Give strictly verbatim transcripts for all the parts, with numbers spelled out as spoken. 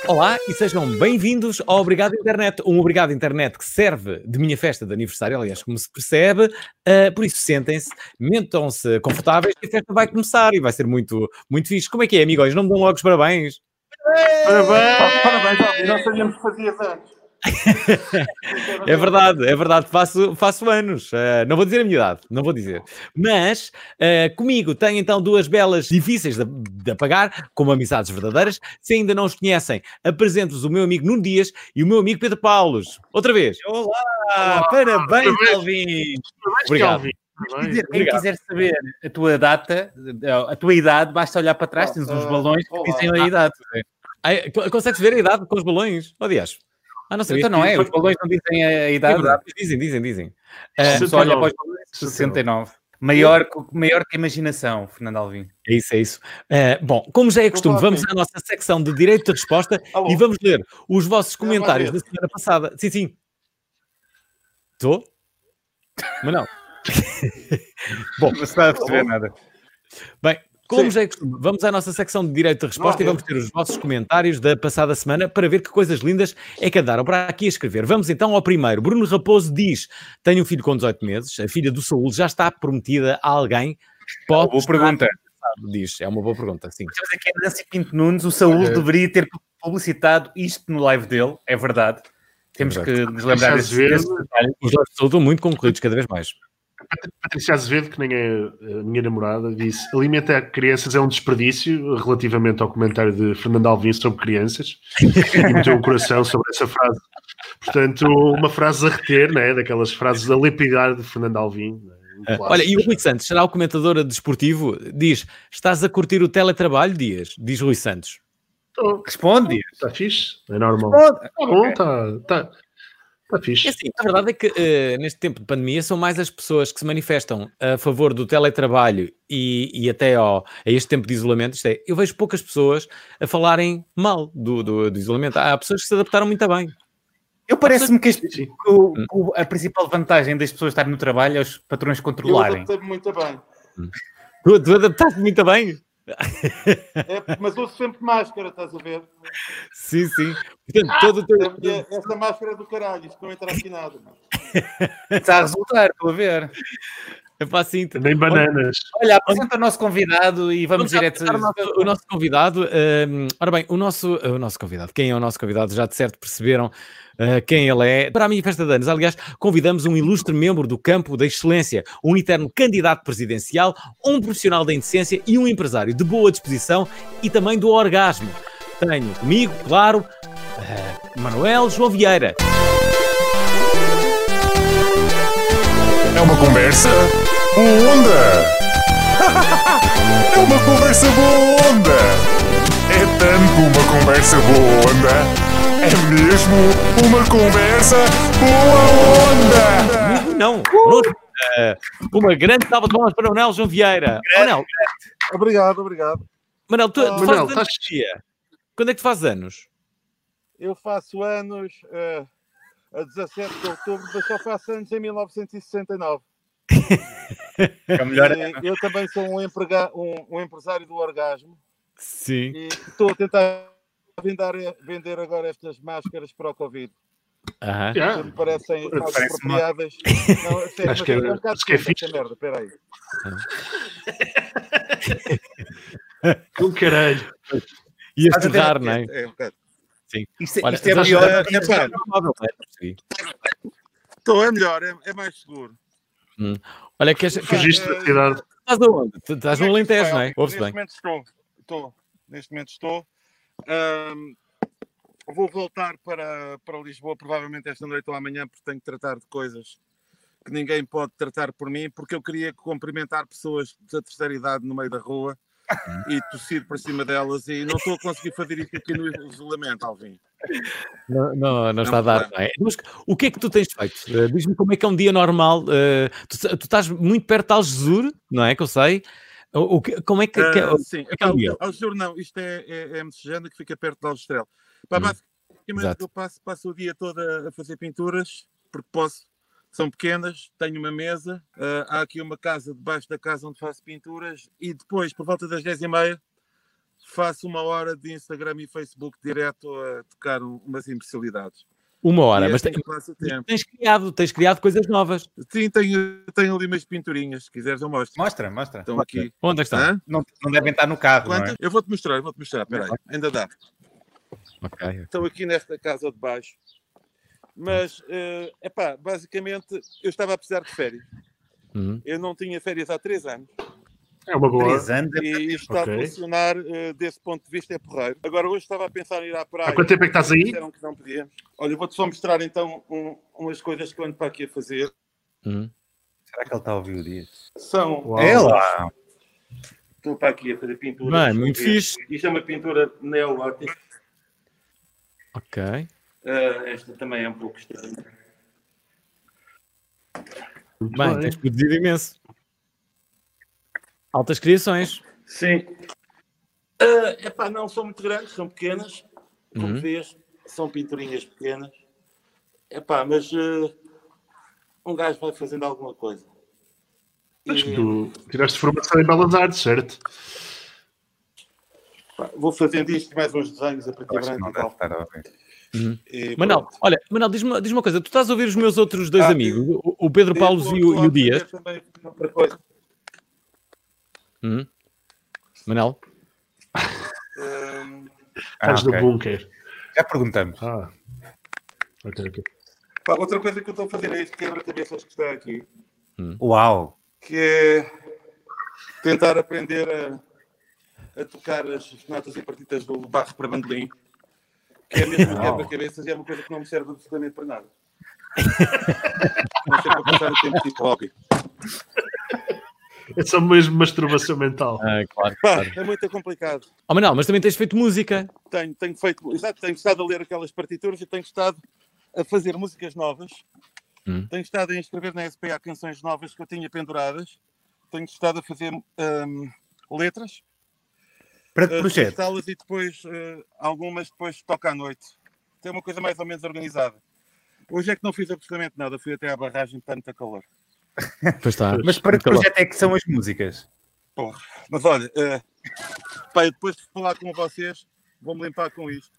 Olá e sejam bem-vindos ao Obrigado Internet, um Obrigado Internet que serve de minha festa de aniversário, aliás, como se percebe, uh, por isso sentem-se, mentam-se confortáveis e a festa vai começar e vai ser muito, muito fixe. Como é que é, amigos? Não me dão logo os parabéns? Parabéns! Parabéns, Alvin, nós sabíamos que fazias anos. É verdade, é verdade, faço, faço anos, uh, não vou dizer a minha idade, não vou dizer, mas uh, comigo tenho então duas belas difíceis de, de apagar, como amizades verdadeiras. Se ainda não os conhecem, apresento-vos o meu amigo Nuno Dias e o meu amigo Pedro Paulos. Outra vez. Olá, Olá. Parabéns, Alvin. Obrigado. Alvin. Dizer, quem Obrigado. quiser saber a tua data, a tua idade, basta olhar para trás, tens uns balões que dizem a idade. Ah, consegue-se ver a idade com os balões? Oh, Dias. Ah, não sei. Então não é, os balões não dizem a idade. É verdade, dizem, dizem, dizem. Uh, só olha para os balões, sessenta e nove. Maior, maior que a imaginação, Fernando Alvim. É isso, é isso. Uh, bom, como já é costume, vamos à nossa secção de direito de resposta. Alô? E vamos ler os vossos comentários da semana passada. Sim, sim. Estou? Mas não. Bom, não se está a perceber nada. Bem, como Sim. já é costume, vamos à nossa secção de direito de resposta não, e vamos ter os vossos comentários da passada semana para ver que coisas lindas é que andaram para aqui a escrever. Vamos então ao primeiro. Bruno Raposo diz: tenho um filho com dezoito meses, a filha do Saúl já está prometida a alguém. Pode boa pergunta. Diz, é uma boa pergunta, sim. Temos aqui a Nancy Pinto Nunes, o Saúl é. deveria ter publicitado isto no live dele, é verdade. Temos Exato. que nos lembrar desse, desse detalhe. Os lives estão muito concluídos cada vez mais. Patrícia Azevedo, que nem é a minha namorada, disse: alimentar crianças é um desperdício, relativamente ao comentário de Fernando Alvim sobre crianças, e meteu o coração sobre essa frase. Portanto, uma frase a reter, né? Daquelas frases a lapidar de Fernando Alvim. Né? Um Olha, e o Rui Santos, será o comentador desportivo? Diz: estás a curtir o teletrabalho, Dias? Diz Rui Santos. Tô. Responde, Dias. Está fixe, é normal. Está bom, está... está... Está fixe. É assim, a verdade é que uh, neste tempo de pandemia são mais as pessoas que se manifestam a favor do teletrabalho e, e até ao, a este tempo de isolamento. Isto é, eu vejo poucas pessoas a falarem mal do, do, do isolamento. Há pessoas que se adaptaram muito bem. Eu parece-me que, este, que o, o, a principal vantagem das pessoas estarem no trabalho é os patrões controlarem. Eu adaptei-me muito bem. Tu, tu adaptaste muito bem? É, mas uso sempre máscara, estás a ver? Sim, sim. Portanto, todo o teu... é, essa máscara é do caralho, isto não entra aqui nada. Está a resultar, estou a ver. É para assim. Nem bananas. Olha, apresenta o nosso convidado e vamos, vamos direto. O nosso, o nosso convidado. Um, ora bem, o nosso, o nosso convidado. Quem é o nosso convidado? Já de certo perceberam uh, quem ele é. Para a minha festa de anos, aliás, convidamos um ilustre membro do campo da excelência, um eterno candidato presidencial, um profissional da indecência e um empresário de boa disposição e também do orgasmo. Tenho comigo, claro, uh, Manuel João Vieira. É uma conversa boa onda! É uma conversa boa onda! É tanto uma conversa boa onda! É mesmo uma conversa boa onda! Não, não. Uh, uma grande salva de palmas para o Manuel João Vieira. Manel. Obrigado, obrigado. Manel, tu, uh, tu Manel, fazes anos que dia? Quando é que tu fazes anos? Eu faço anos uh, a dezassete de outubro, mas só faço anos em mil novecentos e sessenta e nove. É melhor... Eu também sou um, emprega... um, um empresário do orgasmo. Sim. E estou a tentar vender, vender agora estas máscaras para o Covid. Aham. Que me parecem mais Parece apropriadas. Uma... Não, sério, acho que é, é um bocado acho que é fixe. Merda, espera aí. Com caralho. Ias torrar, não é? É, é um bocado. Sim. Isto, Olha, isto é pior. É, é, Estou, é melhor, é, é mais seguro. Hum. Olha, que fugiste da cidade. Estás aonde? Estás no Alentejo, não é? Ouve-se Neste bem. momento estou. estou. Neste momento estou. Um, vou voltar para, para Lisboa, provavelmente esta noite ou amanhã, porque tenho que tratar de coisas que ninguém pode tratar por mim, porque eu queria cumprimentar pessoas da terceira idade no meio da rua e tossir por cima delas e não estou a conseguir fazer isso aqui no isolamento, Alvin. Não, não, não está a dar, não é? Mas o que é que tu tens feito? Uh, diz-me como é que é um dia normal. Uh, tu, tu estás muito perto de Algesur, não é? Que eu sei. O, o, como é que, uh, que é? Sim, é, que é um dia? Algesur não, isto é, é, é Messejana, que fica perto de Algestrel. Hum. Basicamente eu passo, passo o dia todo a fazer pinturas, porque posso. São pequenas, tenho uma mesa, uh, há aqui uma casa debaixo da casa onde faço pinturas e depois, por volta das dez e meia, faço uma hora de Instagram e Facebook direto a tocar um, umas imbecilidades. Uma hora, E mas, assim tem, passo o tempo. tens criado, tens criado coisas novas. Sim, tenho, tenho ali umas pinturinhas, se quiseres eu mostro. Mostra, mostra. Estão aqui. Onde é que estão? Hã? Não, não devem estar no carro, não Quantas? é? Eu vou-te mostrar, eu vou-te mostrar, peraí, ainda dá. Ok. Estão aqui nesta casa de baixo. Mas, é uh, epá, basicamente, eu estava a precisar de férias. Uhum. Eu não tinha férias há três anos. É uma boa. Três anos. E isto está Ok. a funcionar, uh, desse ponto de vista, é porreiro. Agora, hoje estava a pensar em ir à praia. Há quanto tempo é que estás aí? Disseram que não podíamos. Olha, eu vou-te só mostrar, então, um, umas coisas que eu ando para aqui a fazer. Uhum. Será que ele está a ouvir o dia? São... Uau. É lá. Estou para aqui a fazer pintura. Bem, muito fixe. Isto é uma pintura neolótica. Ok. Uh, esta também é um pouco estranha. Muito Bem, bem. tens produzido imenso. Altas criações. Sim. Uh, epá, não são muito grandes, são pequenas. Como Uhum. vês, são pinturinhas pequenas. Epá, mas uh, um gajo vai fazendo alguma coisa. Mas E, tu tiraste formação em Belas Artes, certo? pá, vou fazendo isto, mais uns desenhos a partir Acho que branco não e deve tal. estar a ouvir. E Manel, pronto. olha, Manel, diz-me diz uma coisa. Tu estás a ouvir os meus outros dois Ah, amigos, o, o Pedro Paulo Eu e vou- o, vou e o Dias. aprender também outra coisa. Uhum. Manel? Um, Ah, Estás ok. no bunker. Já perguntamos. Ah. Ok, ok. pá, outra coisa que eu estou a fazer é este quebra-cabeças que está aqui, Uau. que é tentar aprender a, a tocar as notas e partitas do barro para bandolim, que é mesmo um quebra-cabeças e é uma coisa que não me serve absolutamente para nada. Não sei para passar o tempo tipo hobby. É só mesmo masturbação mental. Ah, claro, Pá, claro. é muito complicado. Oh, Manel, mas também tens feito música. Tenho, tenho feito, exato, tenho estado a ler aquelas partituras e tenho estado a fazer músicas novas. Hum. Tenho estado a inscrever na S P A canções novas que eu tinha penduradas. Tenho estado a fazer hum, letras, Para que a projeto? registá-las e depois eh, algumas depois toca à noite. Tem uma coisa mais ou menos organizada. Hoje é que não fiz absolutamente nada, fui até à barragem de tanta calor. Pois está. Mas para que Muito projeto é que são as músicas? Porra. Mas olha, eh, pá, eu depois de falar com vocês, vou-me limpar com isto.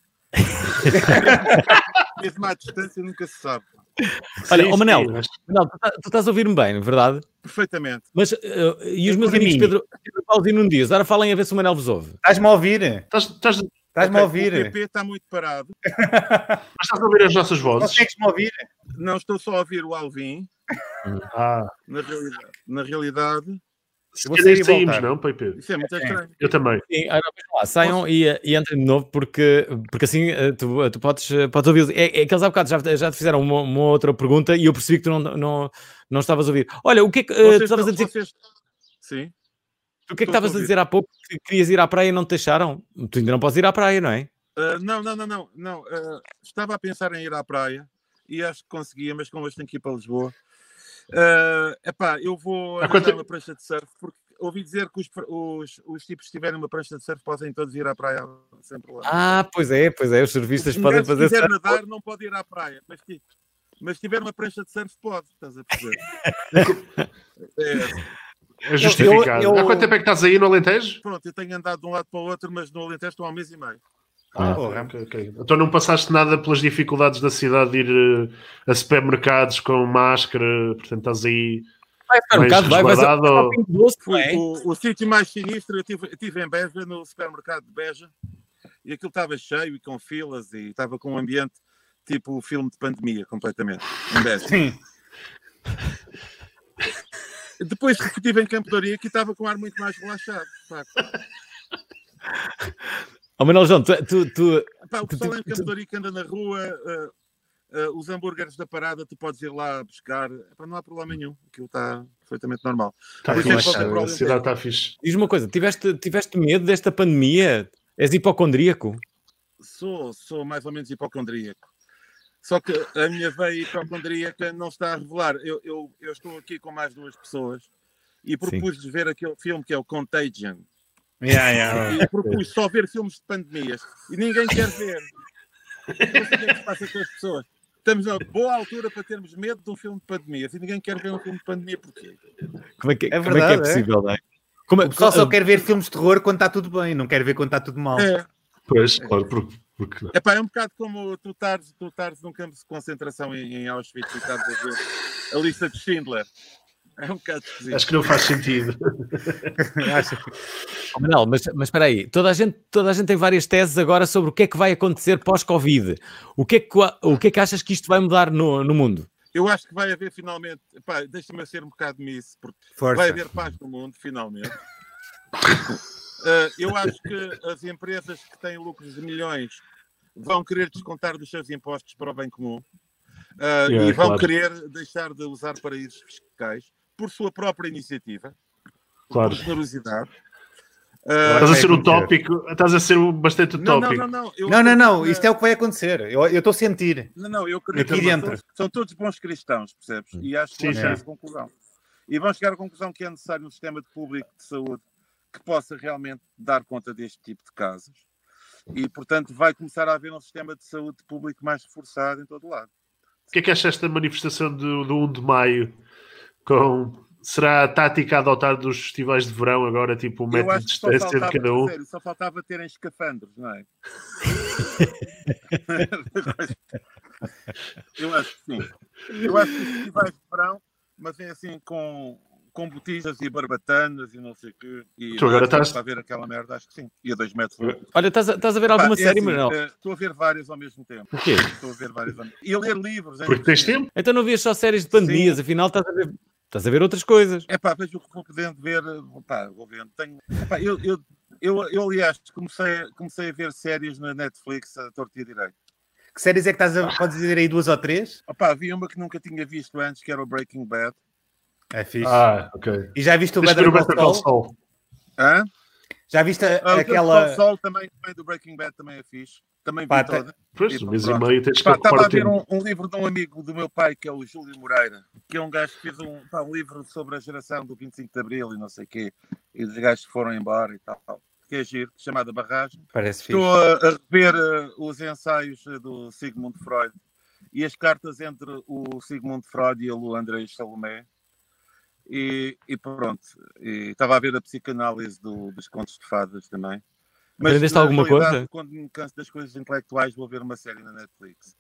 Mesmo à distância nunca se sabe. Olha, Sim, oh, Manel, sim, mas- Manel, tu, tá- tu estás a ouvir-me bem, verdade? Perfeitamente. Mas uh, e os meus por amigos mim. Pedro, Pedro Paulo e Nuno Dias, agora falem a ver se o Manel vos ouve. Estás-me a ouvir? Estás, estás, mas Estás-me a Ok, O P ouvir? P está muito parado. estás a ouvir as nossas vozes? Consegues-me ouvir? Não estou só a ouvir o Alvin. Ah. Na realidade, na realidade Se vou calhar sair e saímos, voltar. não, Pepe? isso é muito estranho. Eu também. Sim, agora vejam lá, saiam e, e entrem de novo, porque, porque assim uh, tu, tu podes, uh, podes ouvir. É, é que eles há bocado já, já te fizeram uma, uma outra pergunta e eu percebi que tu não, não, não estavas a ouvir. Olha, o que é que uh, tu Vocês estavas a estão- dizer? vocês- Sim. O que é que estou a estavas a ouvir. dizer há pouco que querias ir à praia e não te deixaram? Tu ainda não podes ir à praia, não é? Ah, não, não, não, não. não. Ah, estava a pensar em ir à praia e acho que conseguia, mas como hoje tenho que ir para Lisboa. Uh, epá, eu vou Há arranjar quanto- uma prancha de surf porque ouvi dizer que os, os, os tipos que tiverem uma prancha de surf podem todos ir à praia sem problema. Ah, pois é, pois é, os surfistas Se um podem gajo fazer quiser surf. nadar, não pode ir à praia, mas, ti- mas se tiver uma prancha de surf, pode, estás a perceber? É, É justificado. eu- eu- Há quanto tempo é que estás aí no Alentejo? pronto, eu tenho andado de um lado para o outro, mas no Alentejo estou há um mês e meio. Ah, porra. ok, ok. Então não passaste nada pelas dificuldades da cidade de ir eh, a supermercados com máscara, portanto estás aí Vai ficar um mais bocado, vai, vai, vai, resguardado ou- Pingo Doce, não Fui, é? o, o sítio mais sinistro, eu tive, eu tive em Beja, no supermercado de Beja, e aquilo estava cheio e com filas e estava com um ambiente tipo filme de pandemia, completamente, em Beja. Sim. Depois que estive em Campo de Ourique, estava com um ar muito mais relaxado, de facto. Oh, Manuel João, tu, tu, tu- Pá, o Tu- pessoal tu- em Campo de Ourique anda na rua, uh, uh, os hambúrgueres da parada, tu podes ir lá buscar, Epá, não há problema nenhum, aquilo está perfeitamente normal. Está Por isso é que fixe, voltei para o a Alentejo. cidade está fixe. diz uma coisa, tiveste, tiveste medo desta pandemia? És hipocondríaco? Sou, sou mais ou menos hipocondríaco. Só que a minha veia hipocondríaca não está a revelar. Eu, eu, eu estou aqui com mais duas pessoas e propus-lhes ver aquele filme que é o Contagion. Yeah, yeah. E propus só ver filmes de pandemias. E ninguém quer ver. Não sei o que é que se passa com as pessoas. Estamos na boa altura para termos medo de um filme de pandemias e ninguém quer ver um filme de pandemia. Porquê? Como é que, É como é, que é verdade, é? possível, não é? Como, O pessoal só quer ver filmes de terror quando está tudo bem, não quer ver quando está tudo mal. É, Pois, claro, porque, porque epá, é um bocado como tu estares tu estares num campo de concentração em, em Auschwitz e estás a ver a lista de Schindler. É um bocado esquisito. acho que não faz sentido. Acho- Não, mas, mas espera aí, toda a, gente, toda a gente tem várias teses agora sobre o que é que vai acontecer pós-Covid. O que é que, o que é que achas que isto vai mudar no, no mundo? Eu acho que vai haver finalmente, epá, deixa-me ser um bocado miss, porque Força. vai haver paz no mundo, finalmente. Uh, eu acho que as empresas que têm lucros de milhões vão querer descontar dos seus impostos para o bem comum. Uh, Yeah, e vão claro. querer deixar de usar paraísos fiscais por sua própria iniciativa, Claro. por generosidade. Uh, Estás a vai ser acontecer. utópico, estás a ser um bastante não, não, utópico. não, não. Eu Não, não, não, acredito isto é o que vai acontecer. Eu eu estou a sentir. Não, não, eu acredito Aqui que dentro. todos- são todos bons cristãos, percebes? E acho que Sim, vão chegar a sim. essa conclusão. E vão chegar à conclusão que é necessário um sistema de público de saúde que possa realmente dar conta deste tipo de casos. E, portanto, vai começar a haver um sistema de saúde público mais reforçado em todo o lado. O que é que achaste da manifestação do, do um de maio? Com... Será a tática a adotar dos festivais de verão agora, tipo um Eu metro de acho que só distância de faltava, cada um? sério, só faltava terem escafandros, não é? Eu acho que sim. Eu acho que os festivais de verão, mas é assim com, com botijas e barbatanas e não sei o quê. E Tu agora acho que estás- para ver aquela merda, acho que sim. E a dois metros. Olha, estás a, estás a ver alguma Pá, é série, assim, mas não. eh, Estou a ver várias ao mesmo tempo. O quê? Estou a ver várias ao mesmo tempo. E a ler livros. Porque tens tempo? Então não vias só séries de pandemias, Sim. afinal estás a ver, estás a ver outras coisas. É pá, vejo o que vou podendo ver. eh, Pá, vou vendo. Tenho, epá, eu, eu, eu, eu, aliás, comecei, comecei a ver séries na Netflix a torto e a direito. Que séries é que estás a... Podes dizer aí duas ou três? Opá, havia uma que nunca tinha visto antes, que era o Breaking Bad. É fixe. Ah, ok. E já viste o Tens de ver Better o Better Call Call Saul? Saul. Hã? Já viste a- Ah, o aquela... Better Call Saul também, também do Breaking Bad também é fixe. Também vi Pá, te- toda. Pois, E um mês e pronto. meio tens que Pá, ocupar estava a o ver tempo. um, um livro de um amigo do meu pai, que é o Júlio Moreira, que é um gajo que fez um, pá, um livro sobre a geração do vinte e cinco de Abril e não sei o quê, e dos gajos que foram embora e tal, que é giro, chamada Barragem. Parece fixe. Estou a, a rever uh, os ensaios uh, do Sigmund Freud e as cartas entre o Sigmund Freud e o André Salomé. E, e pronto, e estava a ver a psicanálise do- dos contos de fadas também. Aprendeste na alguma realidade, coisa? Quando me canso das coisas intelectuais, vou ver uma série na Netflix.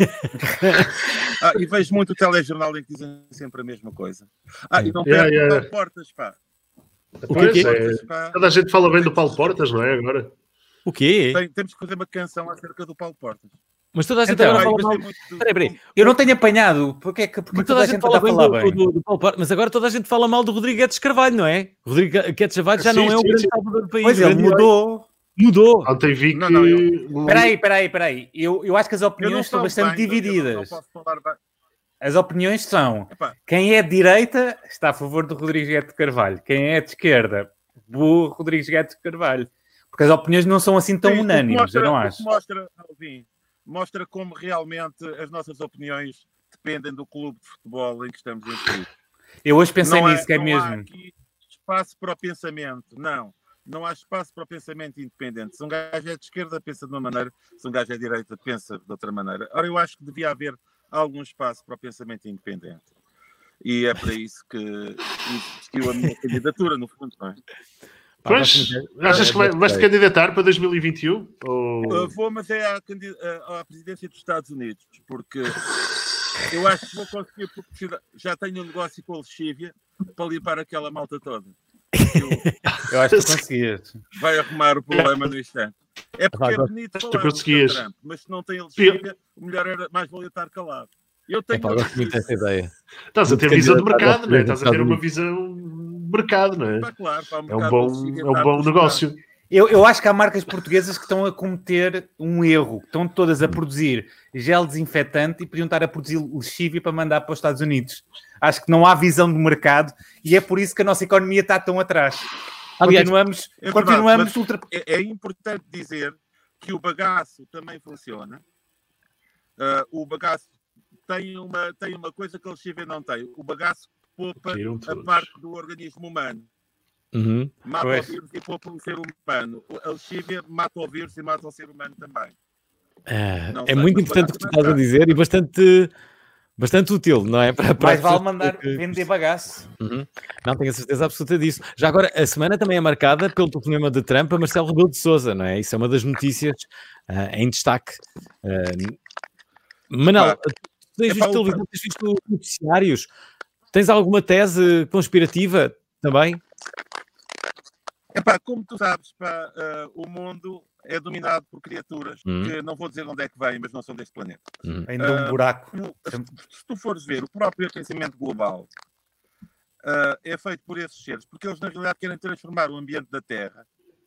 Ah, e vejo muito o telejornal em que dizem sempre a mesma coisa. Ah, e não Yeah, perco yeah. o Paulo Portas, pá. O Pois, quê? é, Portas, pá. toda a gente fala bem do Paulo Portas, não é? Agora. O quê? Tem- temos que fazer uma canção acerca do Paulo Portas. Mas toda a gente Então, agora Ah, fala e mal. gostei muito do- Peraí, peraí. Eu não tenho apanhado. Porquê que porque Mas toda a gente está fala a bem falar do, bem? do, do Paulo Portas, mas agora toda a gente fala mal do Rodrigo Guedes Carvalho, não é? O Rodrigo Guedes Carvalho já Sim, não é o sim, grande sim. salvador do país. Pois o ele grande mudou. Mudou. Ontem vi que. Não, não, eu- Espera aí, espera aí, espera aí. Eu, eu acho que as Eu não opiniões estão falo bastante bem, eu não- eu divididas. não posso falar bem. As opiniões são: Epá, quem é de direita está a favor do Rodrigues Guedes de Carvalho. Quem é de esquerda, burro Rodrigues Guedes de Carvalho. Porque as opiniões não são assim tão sim, o que unânimes, mostra- eu não o que acho. Mostra, Alvin, mostra como realmente as nossas opiniões dependem do clube de futebol em que estamos inseridos. Eu hoje pensei Não é- nisso, que é não há mesmo. aqui espaço para o pensamento, não. Não há espaço para o pensamento independente. Se um gajo é de esquerda, pensa de uma maneira. Se um gajo é de direita, pensa de outra maneira. Ora, eu acho que devia haver algum espaço para o pensamento independente. E é para isso que existiu a minha candidatura, no fundo, não é? Pá, Pois, gosto muito. achas que vai- vais-te candidatar para dois mil e vinte e um? Ou... Uh, vou, mas é à, candi- à- à presidência dos Estados Unidos, porque eu acho que vou conseguir proporcionar. Já tenho um negócio com a Lexívia para limpar aquela malta toda. Eu, Eu acho que tu conseguias. vai arrumar o problema no instante. É porque Vai, é gosto. bonito Tu falar conseguias. do Trump, mas se não tem a Lexívia, o melhor era mais valia estar calado. Eu tenho Epá, gosto muito dessa ideia. Estás a ter Muito visão de candidato mercado, aos não é? Estás a ter Estados uma Unidos. visão de mercado, não é? Pá, claro, para o É um mercado bom, da Lexívia é um estar bom ajustado. negócio. Eu, eu acho que há marcas portuguesas que estão a cometer um erro. Estão todas a produzir gel desinfetante e podiam estar a produzir lexívia para mandar para os Estados Unidos. Acho que não há visão de mercado e é por isso que a nossa economia está tão atrás. Aliás, continuamos é verdade, continuamos mas- ultra... É, é importante dizer que o bagaço também funciona. Ah, o bagaço tem uma, tem uma coisa que a lexívia não tem. O bagaço poupa Tiram a todos. parte do organismo humano. Uhum. Mata Pois. o vírus e poupa o ser humano. A lexívia mata o vírus e mata o ser humano também. Ah, Não é sei, muito mas importante o que tu bagaço estás a não está. dizer e bastante, bastante útil, não é? Para, para Mais vale pessoas mandar que- vender bagaço. Uhum. Não tenho a certeza absoluta disso. Já agora, a semana também é marcada pelo telefonema de Trump a Marcelo Rebelo de Sousa, não é? Isso é uma das notícias ah, em destaque. Uh, Manel, Epá, tu tens epá, visto o- televisão, tens visto noticiários? Tens alguma tese conspirativa também? Epá, como tu sabes, pá, eh, o mundo é dominado por criaturas Hum. que não vou dizer de onde é que vêm, mas não são deste planeta. Uhum. Ainda um Ah, buraco. No- se tu fores ver, o próprio aquecimento global ah, é feito por esses seres, porque eles na realidade querem transformar o ambiente da Terra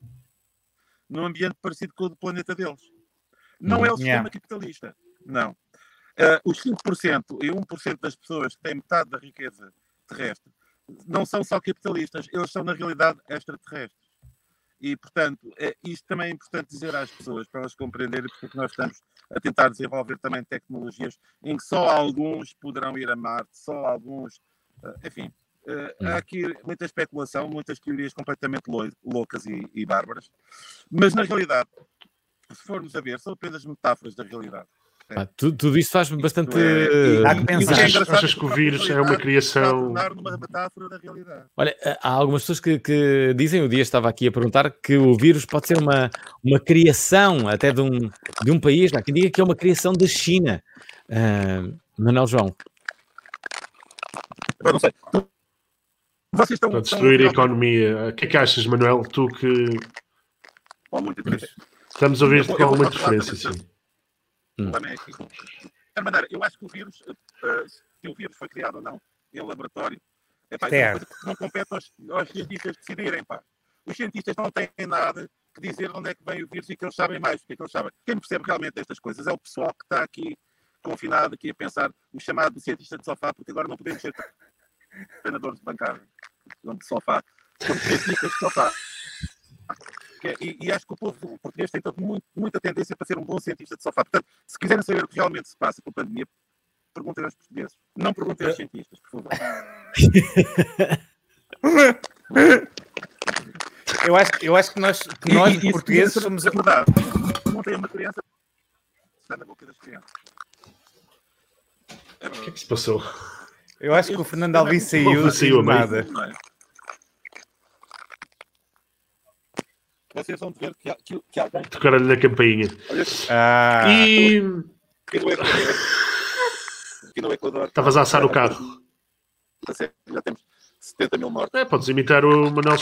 num ambiente parecido com o do planeta deles. Não é o sistema Yeah. capitalista, não. Ah, os cinco por cento e um por cento das pessoas que têm metade da riqueza terrestre não são só capitalistas, eles são na realidade extraterrestres. E, portanto, é, isto também é importante dizer às pessoas, para elas compreenderem porque é que nós estamos a tentar desenvolver também tecnologias em que só alguns poderão ir a Marte, só alguns... ah, enfim, ah, há aqui muita especulação, muitas teorias completamente lou- loucas e, e bárbaras. Mas, na realidade, se formos a ver, são apenas metáforas da realidade. Ah, tu- tudo isso faz-me bastante. é- Há que E o pensar. que é Achas- engraçado achas é que o a vírus é uma realidade criação- está a tornar numa metáfora da realidade. Olha, há algumas pessoas que, que dizem, o dia estava aqui a perguntar, que o vírus pode ser uma, uma criação até de um, de um país. Há quem diga que é uma criação da China. Ah, Manuel João. Eu não sei. Vocês estão... Para estão destruir a realmente economia. O que é que achas, Manuel? Tu que com muita diferença. estamos a ouvir-te Eu com vou- eu alguma vou falar diferença, também, sim. Hum. O problema é que, de qualquer maneira, eu acho que o vírus, eh, se o vírus foi criado ou não em laboratório, é pá, é uma coisa que não compete aos, aos cientistas decidirem, pá. Os cientistas não têm nada que dizer de onde é que vem o vírus e que eles sabem mais, porque é que eles sabem. Quem percebe realmente estas coisas é o pessoal que está aqui confinado, aqui a pensar, o chamado cientista de sofá, porque agora não podemos ser treinadores de bancada, não de sofá, somos cientistas de sofá. Que é- E, e acho que o povo português tem todo muito, muita tendência para ser um bom cientista de sofá. Portanto, se quiserem saber o que realmente se passa com a pandemia, perguntem aos portugueses. Não perguntem aos cientistas, por favor. Eu acho, eu acho que nós, que E- nós e- e se portugueses, quiserem somos. saber a verdade, não tem uma criança está na boca das crianças. O que é que se passou? Eu acho que o Fernando Alvim saiu Saiu sem a meio. nada. Não é? Vocês vão ver que, há- que, que alguém Tocaram-lhe na campainha. Ah, E aqui no Equador, aqui no Equador estavas a assar o carro. já temos setenta mil mortos. É, podes imitar o Manuel.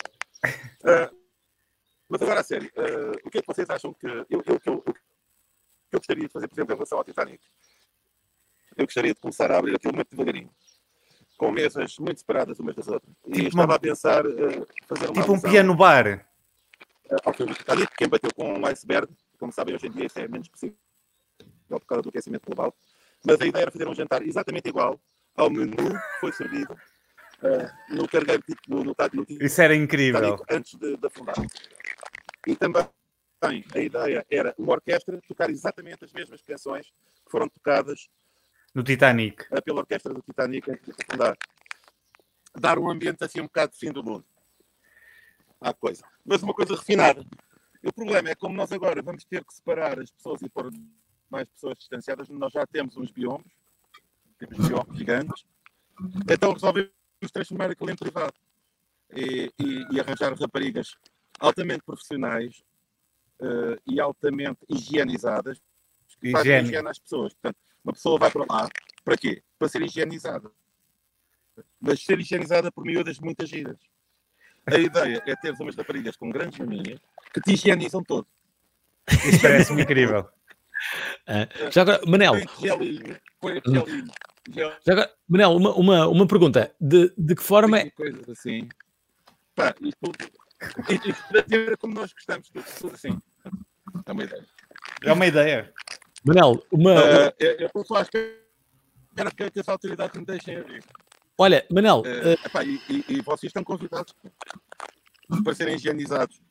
Ah, mas agora a sério, ah, o que é que vocês acham que eu, eu, eu, eu, eu gostaria de fazer, por exemplo, em relação ao Titanic? Eu gostaria de começar a abrir aquilo muito devagarinho, com mesas muito separadas umas das outras. E Tipo estava uma- a pensar ah, fazer uma tipo um alusão, piano bar. ah, ao filme Titanic, quem bateu com um iceberg, como sabem, hoje em dia isso é menos possível por causa do aquecimento global. Mas a ideia era fazer um jantar exatamente igual ao menu que foi servido ah, no cargueiro tipo no, no, no, no Isso era incrível. Titanic antes de, de afundar. E também a ideia era uma orquestra tocar exatamente as mesmas canções que foram tocadas No Titanic. uh, pela orquestra do Titanic antes de afundar. Dar um ambiente assim um bocado de fim do mundo. Há coisa. Mas uma coisa refinada. E o problema é como nós agora vamos ter que separar as pessoas e pôr mais pessoas distanciadas, nós já temos uns biomas, temos biomas gigantes, então resolvemos transformar aquilo em privado e, e, e arranjar raparigas altamente profissionais uh, e altamente higienizadas que fazem Higiene. higiene às pessoas. Portanto, uma pessoa vai para lá, para quê? Para ser higienizada. Mas ser higienizada por miúdas muito giras. A ideia é teres umas raparigas com grandes maminhas que te higienizam todo. Isso parece-me incrível. Ah, já agora, Manel, Põe gelinho, põe gelinho, gel já agora, Manel uma, uma, uma pergunta. De, de que forma é. e coisas assim. Pá, isto, isto, isto para ter como nós gostamos, tudo, tudo assim. É uma ideia. É uma ideia. Manel, uma. Uh, eu, eu estou à espera que, que as autoridades me deixem abrir. Olha, Manel, Uh, ah, epá, e, e, e vocês estão convidados para serem higienizados.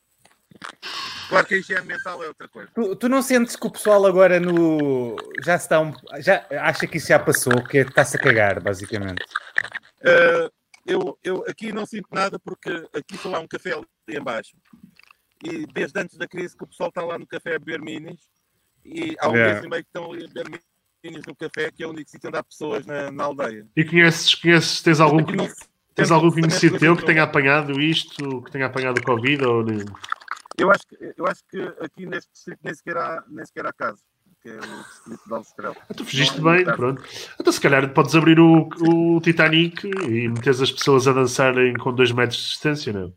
Claro que a higiene mental é outra coisa. Tu, tu não sentes que o pessoal agora no. Já está um... já acha que isso já passou, que está-se a cagar, basicamente. Uh, eu, eu aqui não sinto nada porque aqui só há um café ali em baixo. E desde antes da crise que o pessoal está lá no café a beber minis. E há um Yeah. mês e meio que estão ali a beber no café, que é o único sítio onde há pessoas na, na aldeia. E conheces, conheces tens algum, tens algum conhecido teu que tenha Eu apanhado isto, que tenha apanhado o Covid ou nem? acho, que, eu acho que aqui neste distrito nem sequer há, nem sequer há caso, que é o distrito de Aljustrel. Tu fugiste bem, pronto. Então se calhar podes abrir o, o Titanic e meteres as pessoas a dançarem com dois metros de distância, não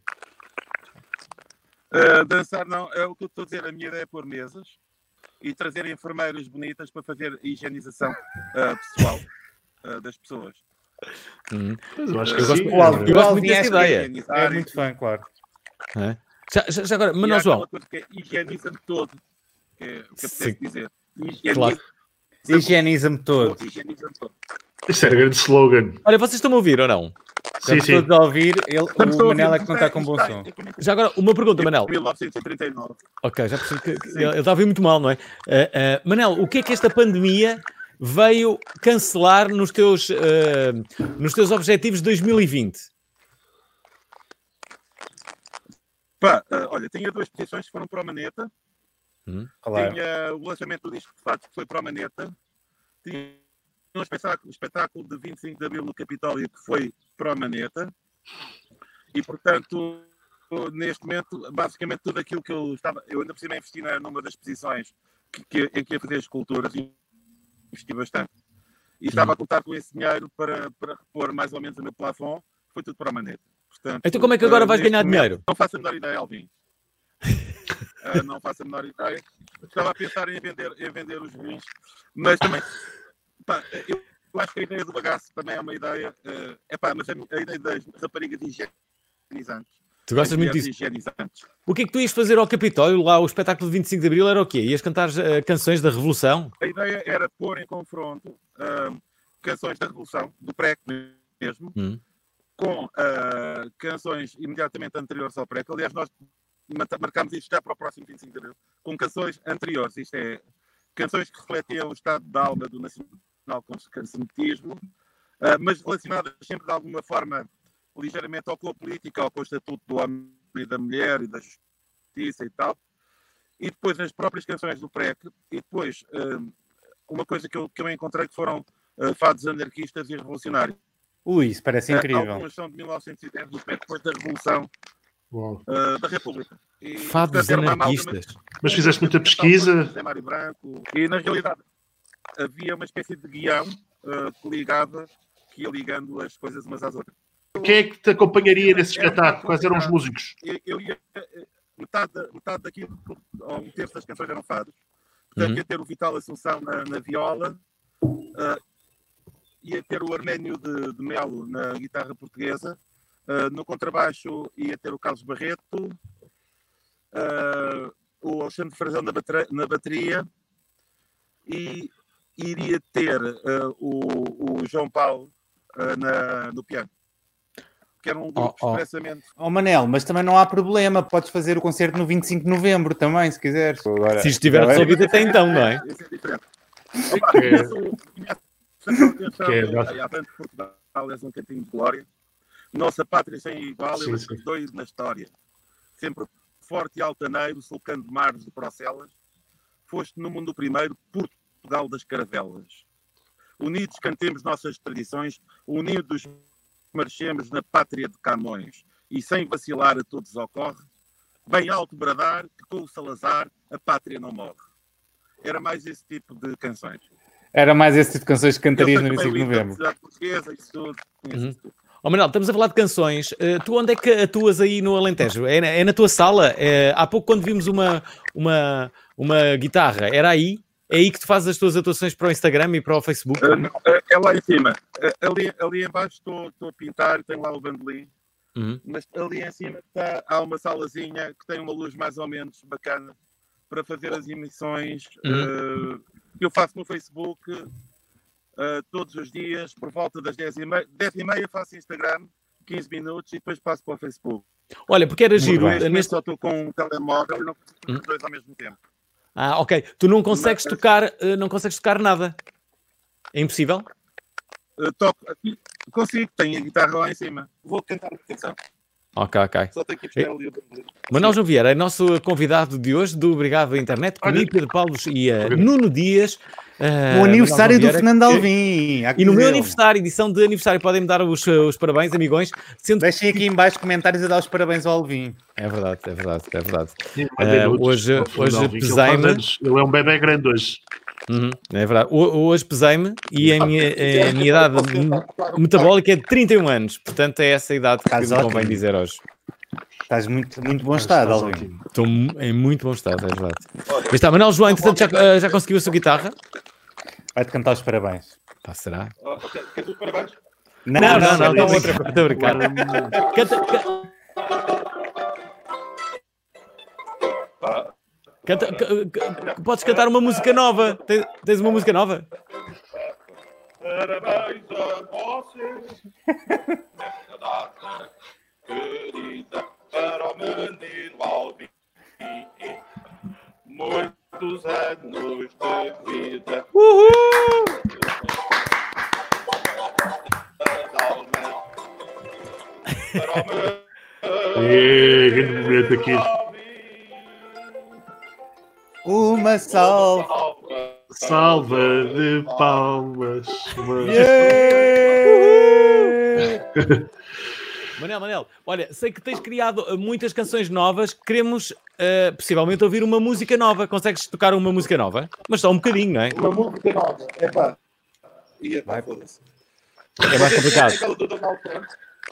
é? Uh, dançar não, é o que eu estou a dizer, a minha ideia é pôr mesas e trazer enfermeiras bonitas para fazer a higienização uh, pessoal uh, das pessoas. Hum. Mas eu acho Eu que gosto- sim. eu gosto- eu gosto muito dessa Higienizar, ideia. É muito fã, claro. É. Já, já, já agora, E há Manuel João, aquela coisa que é higieniza-me todo, que é o que Sim. apetece dizer. Higieniza- Claro. Higieniza-me todo. higieniza-me todo. Isso era grande slogan. olha, vocês estão a ouvir ou não? Sim, Estamos sim. todos a ouvir, ele, Estamos o todos a Manel é ouvir. que não está com bom Isto som. é como- Já agora, uma pergunta, Manel. mil novecentos e trinta e nove. Ok, já percebi que, que ele ele está a ouvir muito mal, não é? Uh, uh, Manel, o que é que esta pandemia veio cancelar nos teus, uh, nos teus objetivos de dois mil e vinte? Pá, uh, olha, tinha duas posições que foram para a maneta. Claro. Tinha o lançamento do disco de fato que foi para a maneta. Tinha um espetáculo, espetáculo de vinte e cinco de Abril no Capitólio que foi para a maneta. E, portanto, neste momento, basicamente tudo aquilo que eu estava... Eu ainda por cima investi na- numa das posições que, que, em que ia fazer esculturas e investi bastante. E estava a contar com esse dinheiro para, para repor mais ou menos o meu plafond. Foi tudo para a maneta. Portanto, Então como é que agora uh, vais neste ganhar momento, dinheiro? Não faço a menor ideia, Alvin. Uh, não faço a menor ideia. Estava a pensar em vender, em vender os vinhos, mas também, pá, eu, eu acho que a ideia do bagaço também é uma ideia. Uh, epá, mas a, a ideia das raparigas higienizantes. Tu gostas as muito mulheres disso. higienizantes. O que é que tu ias fazer ao Capitólio, lá o espetáculo de vinte e cinco de Abril era o quê? Ias cantar uh, canções da Revolução? A ideia era pôr em confronto uh, canções da Revolução, do P R E C mesmo, Hum. com uh, canções imediatamente anteriores ao P R E C. Aliás, nós mata- marcámos isto já para o próximo vinte e cinco de Abril, com canções anteriores. Isto é, canções que refletiam o estado de alma do nacional-conservadorismo, uh, mas relacionadas sempre de alguma forma ligeiramente ou com a política, ou com o estatuto do homem e da mulher e da justiça e tal. E depois as próprias canções do P R E C. E depois, uh, uma coisa que eu, que eu encontrei que foram uh, fados anarquistas e revolucionários. Ui, isso parece Uh, incrível. algumas são de mil novecentos e dez, depois da Revolução Uau. uh, da República. E, Fados portanto, era uma amálgama anarquistas. Mas fizeste muita pesquisa. José Mário Branco. E, na realidade, havia uma espécie de guião uh, que ligava, que ia ligando as coisas umas às outras. Quem é que te acompanharia nesse espetáculo? Quais eram os músicos? Eu, eu ia, eh, metade, da- metade daquilo, ou um terço das canções eram fados. Portanto, Uhum. ia ter o Vital Assunção na, na viola, uh, ia ter o Arménio de, de Melo na guitarra portuguesa, uh, no contrabaixo ia ter o Carlos Barreto, uh, o Alexandre Frazão na, batre- na bateria e iria ter uh, o, o João Paulo uh, na, no piano. Que era um grupo Oh, oh. expressamente. Oh Manel, mas também não há problema, podes fazer o concerto no vinte e cinco de novembro também, se quiseres. Agora, Se isto estiver Tá bem? resolvido até então, não é? Isso é diferente. Opa, Que- conheço- conheço aquela canção, que é eh, nossa- Avante Portugal, és um cantinho de glória. Nossa pátria sem igual, Sim, eu sim. doido na história. Sempre forte e altaneiro, sulcando mares de procelas. Foste no mundo primeiro, Portugal das caravelas. Unidos cantemos nossas tradições, unidos marchemos na pátria de Camões. E sem vacilar a todos ocorre, bem alto bradar, que com o Salazar a pátria não morre. Era mais esse tipo de canções. Era mais esse tipo de canções que cantarias no Eu vinte e sei cinco que de foi novembro. a portuguesa, isso tudo. Conheço Uhum. isso tudo. Oh, Manuel, estamos a falar de canções. Uh, tu onde é que atuas aí no Alentejo? É na, é na tua sala? É, há pouco, quando vimos uma, uma, uma guitarra, era aí? É aí que tu fazes as tuas atuações para o Instagram e para o Facebook? Ah, não, é é lá em cima. Ah, Ali, ali em baixo estou, estou a pintar, tenho lá o bandolim, Uhum. mas ali em cima tá, há uma salazinha que tem uma luz mais ou menos bacana para fazer as emissões ah, que eu faço no Facebook ah, todos os dias, por volta das dez e meia. dez e meia faço Instagram, quinze minutos e depois passo para o Facebook. Olha, porque era giro. bem. Neste momento Neste... só estou com um telemóvel e não consigo Hum. os dois ao mesmo tempo. Ah, ok. Tu não consegues Mas- tocar, uh, não consegues tocar nada. É impossível? Uh, toco aqui, consigo, tenho a guitarra lá em cima. Vou cantar uma canção. Ok, ok. Só tenho que ir buscar ali o bilhete. Manuel João Vieira é nosso convidado de hoje do Obrigado Internet, comigo, Pedro Paulos e uh, Nuno Dias. Uh, O aniversário do Vieira, Fernando que- Alvim. há que E no meu dizê-lo. aniversário, edição de aniversário, podem-me dar os, os parabéns, amigões. Sendo... Deixem aqui em baixo comentários a dar os parabéns ao Alvim. É verdade, é verdade, é verdade. Mandei Uh, nudes hoje ao Fernando hoje Alvim, que ele faz pesei-me. anos. Ele é um bebê grande hoje. Uhum, é verdade. Ho- Hoje pesei-me e a minha, a minha idade m- metabólica é de trinta e um anos. Portanto, é essa a idade que Estás me convém ótimo. dizer hoje. Estás muito, muito bom estado, Estás Alvim. ótimo. Estou mu- em muito bom estado, é verdade. Mas está, Manuel João, entretanto, já, uh, já conseguiu a sua guitarra? Vai-te cantar os parabéns. Pá, será? Oh, ok, queres os parabéns? Não, Não, não, não, não, estou a outra brincar, estou a brincar. Canta, ca- canta, ca- ca- podes cantar uma música nova? Tens, tens uma música nova? Parabéns a vocês. Nesta data querida para o menino Alvim. Muitos anos de vida. Uhul! Para o menino É, grande momento aqui. Uma salva. Alvim. Salva de palmas. Manel, Manel, olha, sei que tens criado uh, muitas canções novas. Queremos, uh, possivelmente, ouvir uma música nova. Consegues tocar uma música nova? Mas só um bocadinho, não é? Uma música nova. É pá. E é pá, foda-se. É mais complicado. Aquela do Donald Trump.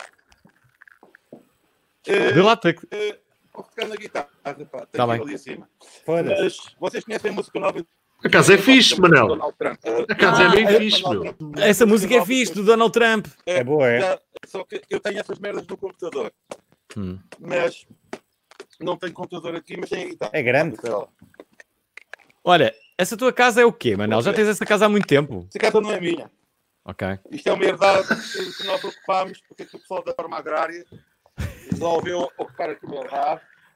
De lá, te- Eh, Vou tocar na guitarra, pá. Tem Tá que ir bem. ali acima. Foda-se. Mas vocês conhecem a música nova? A casa é fixe, Manel. Donald Trump. A casa é bem Ah, fixe, meu. Essa música é fixe, do Donald Trump. É boa, é? Já- Só que eu tenho essas merdas no computador. Hum. Mas não tenho computador aqui, mas tenho a guitarra. É grande. Essa Olha, essa tua casa é o quê, Manel? Já tens essa casa há muito tempo. casa não é minha. Ok. Isto é uma herdade que que nós ocupámos porque o pessoal da forma agrária resolveu ocupar aqui o herdade.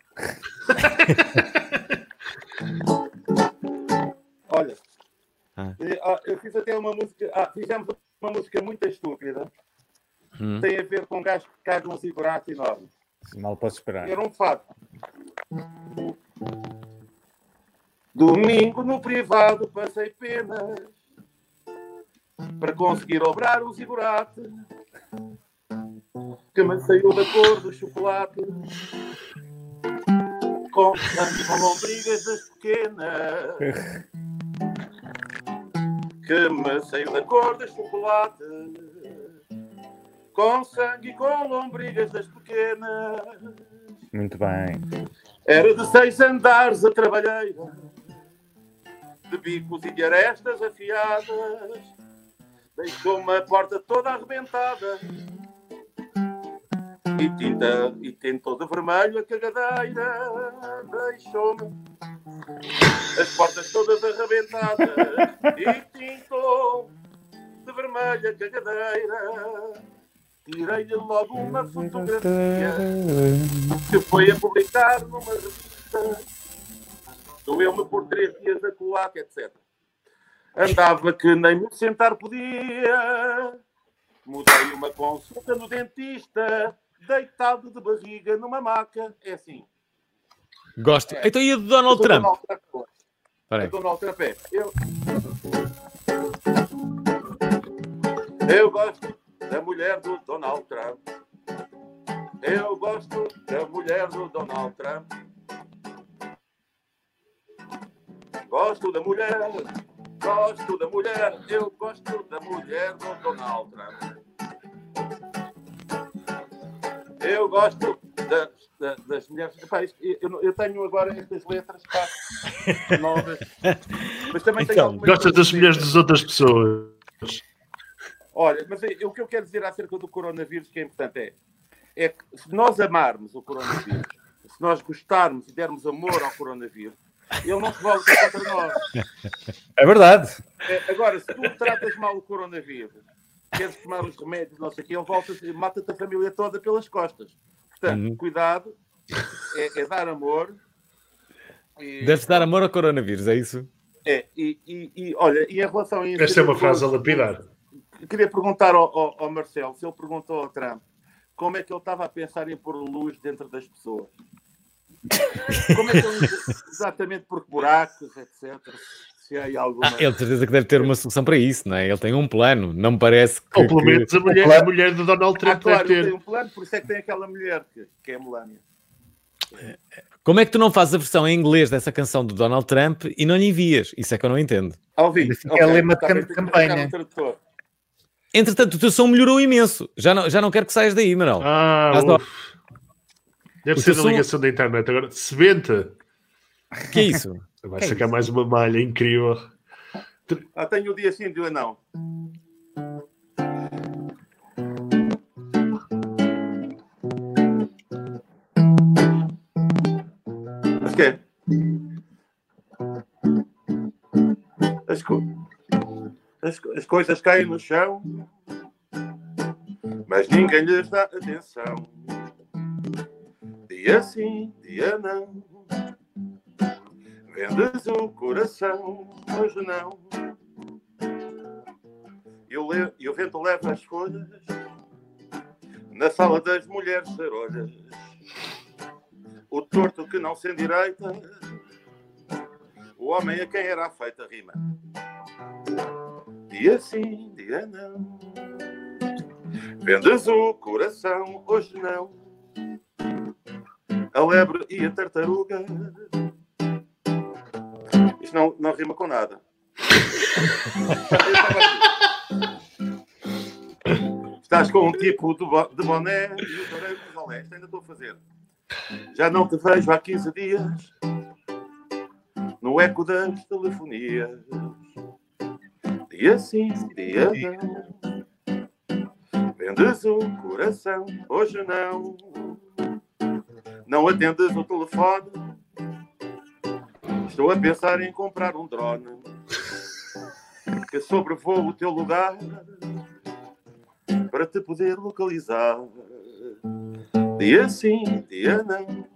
Olha, Ah. eh, ah, eu fiz até uma música, ah, fizemos uma música muito estúpida, Hum. tem a ver com um gajo que cai de um zigurato enorme. Mal posso esperar. Era um fato. Domingo no privado passei penas para conseguir obrar o zigurate que me saiu da cor do chocolate com, com lombrigas das pequenas que me saiu da cor do chocolate com sangue e com lombrigas das pequenas. Muito bem. Era de seis andares a trabalheira, de bicos e de arestas afiadas, deixou-me a porta toda arrebentada e tinta e tentou de vermelho a cagadeira, deixou-me as portas todas arrebentadas e tintou de vermelho a cagadeira. Tirei-lhe logo uma fotografia que foi a publicar numa revista. Doeu-me por três dias a colaca, etcétera. Andava que nem me sentar podia. Mudei uma consulta no dentista, deitado de barriga numa maca. É assim. Gosto. Então e a do Donald O Trump? Donald Trump. Espera O aí. Donald Trump é. Eu... Eu gosto da mulher do Donald Trump. Eu gosto da mulher do Donald Trump. Gosto da mulher, gosto da mulher, eu gosto da mulher do Donald Trump. Eu gosto das, das, das mulheres. Epá, isto- eu, eu tenho agora estas letras pá, novas, mas também tenho Então, algumas Gostas das coisas- mulheres das outras pessoas. Olha, mas é- o que eu quero dizer acerca do coronavírus que é importante é, é que se nós amarmos o coronavírus, se nós gostarmos e dermos amor ao coronavírus, ele não se volta contra nós. É verdade. É, agora, se tu tratas mal o coronavírus, queres tomar os remédios, não sei o quê, ele volta e mata-te a família toda pelas costas. Portanto, Uhum. cuidado, é, é dar amor. E, Deve-se dar amor ao coronavírus, é isso? é, e, e, e, olha, e em relação a isso... Esta é uma frase a lapidar. Queria perguntar ao, ao, ao Marcelo, se ele perguntou ao Trump como é que ele estava a pensar em pôr luz dentro das pessoas. Como é que ele, exatamente porque buracos, etcétera. Se há aí alguma... Ah, ele de certeza que deve ter uma solução para isso, não é? Ele tem um plano, não me parece que... Ou pelo menos a mulher, a mulher de Donald Trump Ah, claro, deve ele ter. tem um plano, por isso é que tem aquela mulher que, que é a Melania. Como é que tu não fazes a versão em inglês dessa canção do Donald Trump e não lhe envias? Isso é que eu não entendo. Ao vivo. Fica okay, lema de tá bem, campanha. Entretanto, o teu som melhorou imenso. Já não, já não quero que saias daí, Manuel. Ah, deve o ser da som... ligação da internet. Agora, sebenta. Que é isso? Vai que sacar é isso? mais uma malha incrível. Ah, tenho o dia sim, dia não. Mas que é? As, co... as, as coisas caem no chão, mas ninguém lhes dá atenção. Dia sim, dia não. Vendes o coração, hoje não. E o, le... e o vento leva as folhas na sala das mulheres sarolhas. O torto que não se endireita, o homem a quem era feita a rima. Dia sim, dia não. Vendes o coração, hoje não. A lebre e a tartaruga. Isto não, não rima com nada. Estás com um tipo de, bo de boné e o toureiro dos olés. Ainda estou a fazer. Já não te vejo há quinze dias no eco das telefonias. Dia sim, dia não. Vendes o coração, hoje não. Não atendes o telefone. Estou a pensar em comprar um drone que sobrevoa o teu lugar para te poder localizar. Dia sim, dia não.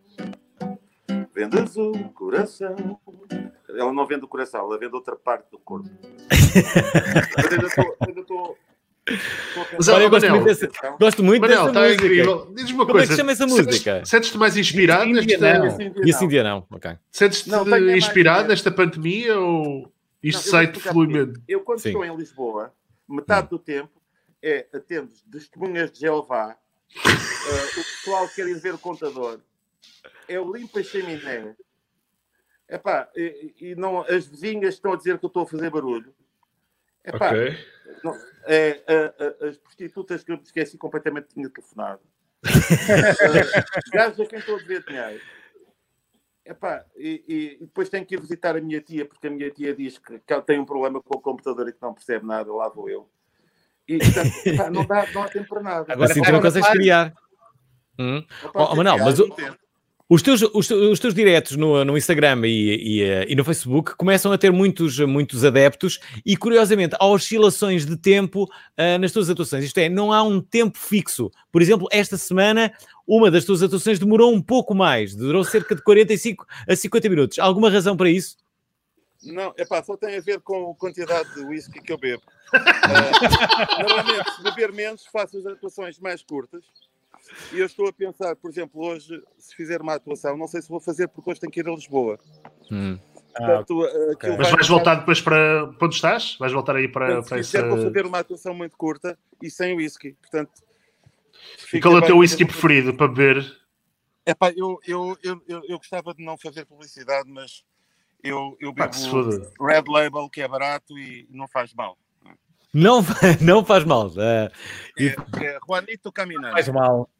Vendes o coração. Ela não vende o coração, ela vende outra parte do corpo. Mas ainda estou... Ainda estou... Mas, Olha, eu gosto Manel, muito, desse, gosto muito Manel, dessa está música. incrível. Diz-me uma Como coisa. é que se chama essa música? Sentes-te mais inspirado Índia, nesta... não. E assim dia não, ok. Sentes-te Não, tenho mais inspirado ideia. nesta pandemia ou isto Não, sai-te fluidamente? Eu, quando Sim. estou em Lisboa, metade Hum. do tempo é atendo testemunhas de Jeová, uh, o pessoal quer ir ver o contador, eu limpo a chaminé. Epá, e, e não, as vizinhas estão a dizer que eu estou a fazer barulho. Epá, Ok. não, é, a, a, as prostitutas que eu me esqueci completamente que tinha telefonado. uh, Gajos a quem estou a dever dinheiro. Epá, e, e, e depois tenho que ir visitar a minha tia, porque a minha tia diz que, que ela tem um problema com o computador e que não percebe nada, lá vou eu. E portanto, epá, não, dá, não há tempo para nada. Agora assim tu não consegues criar. Hum. Epá, Oh, Manuel, mas o, entendo. os, teus, os, os teus diretos no, no Instagram e, e, e no Facebook começam a ter muitos, muitos adeptos e, curiosamente, há oscilações de tempo uh, nas tuas atuações. Isto é, não há um tempo fixo. Por exemplo, esta semana, uma das tuas atuações demorou um pouco mais. Durou cerca de quarenta e cinco a cinquenta minutos. Há alguma razão para isso? Não, epá, só tem a ver com a quantidade de whisky que eu bebo. Uh, normalmente, se beber menos, faço as atuações mais curtas. E eu estou a pensar, por exemplo, hoje, se fizer uma atuação, não sei se vou fazer porque hoje tenho que ir a Lisboa. Hum. Portanto, uh, aquilo Mas vai- vais voltar depois para, para onde estás? Vais voltar aí para, Portanto, para se quiser, essa... vou fazer uma atuação muito curta e sem whisky. Portanto, E qual é o teu bem- whisky preferido para beber? Epá, eu, eu, eu, eu, eu gostava de não fazer publicidade, mas eu, eu Pá, bebo que se foda. Red Label, que é barato e não faz mal. Não, não faz mal. Uh, É, e- é Juanito Caminante. Faz mal.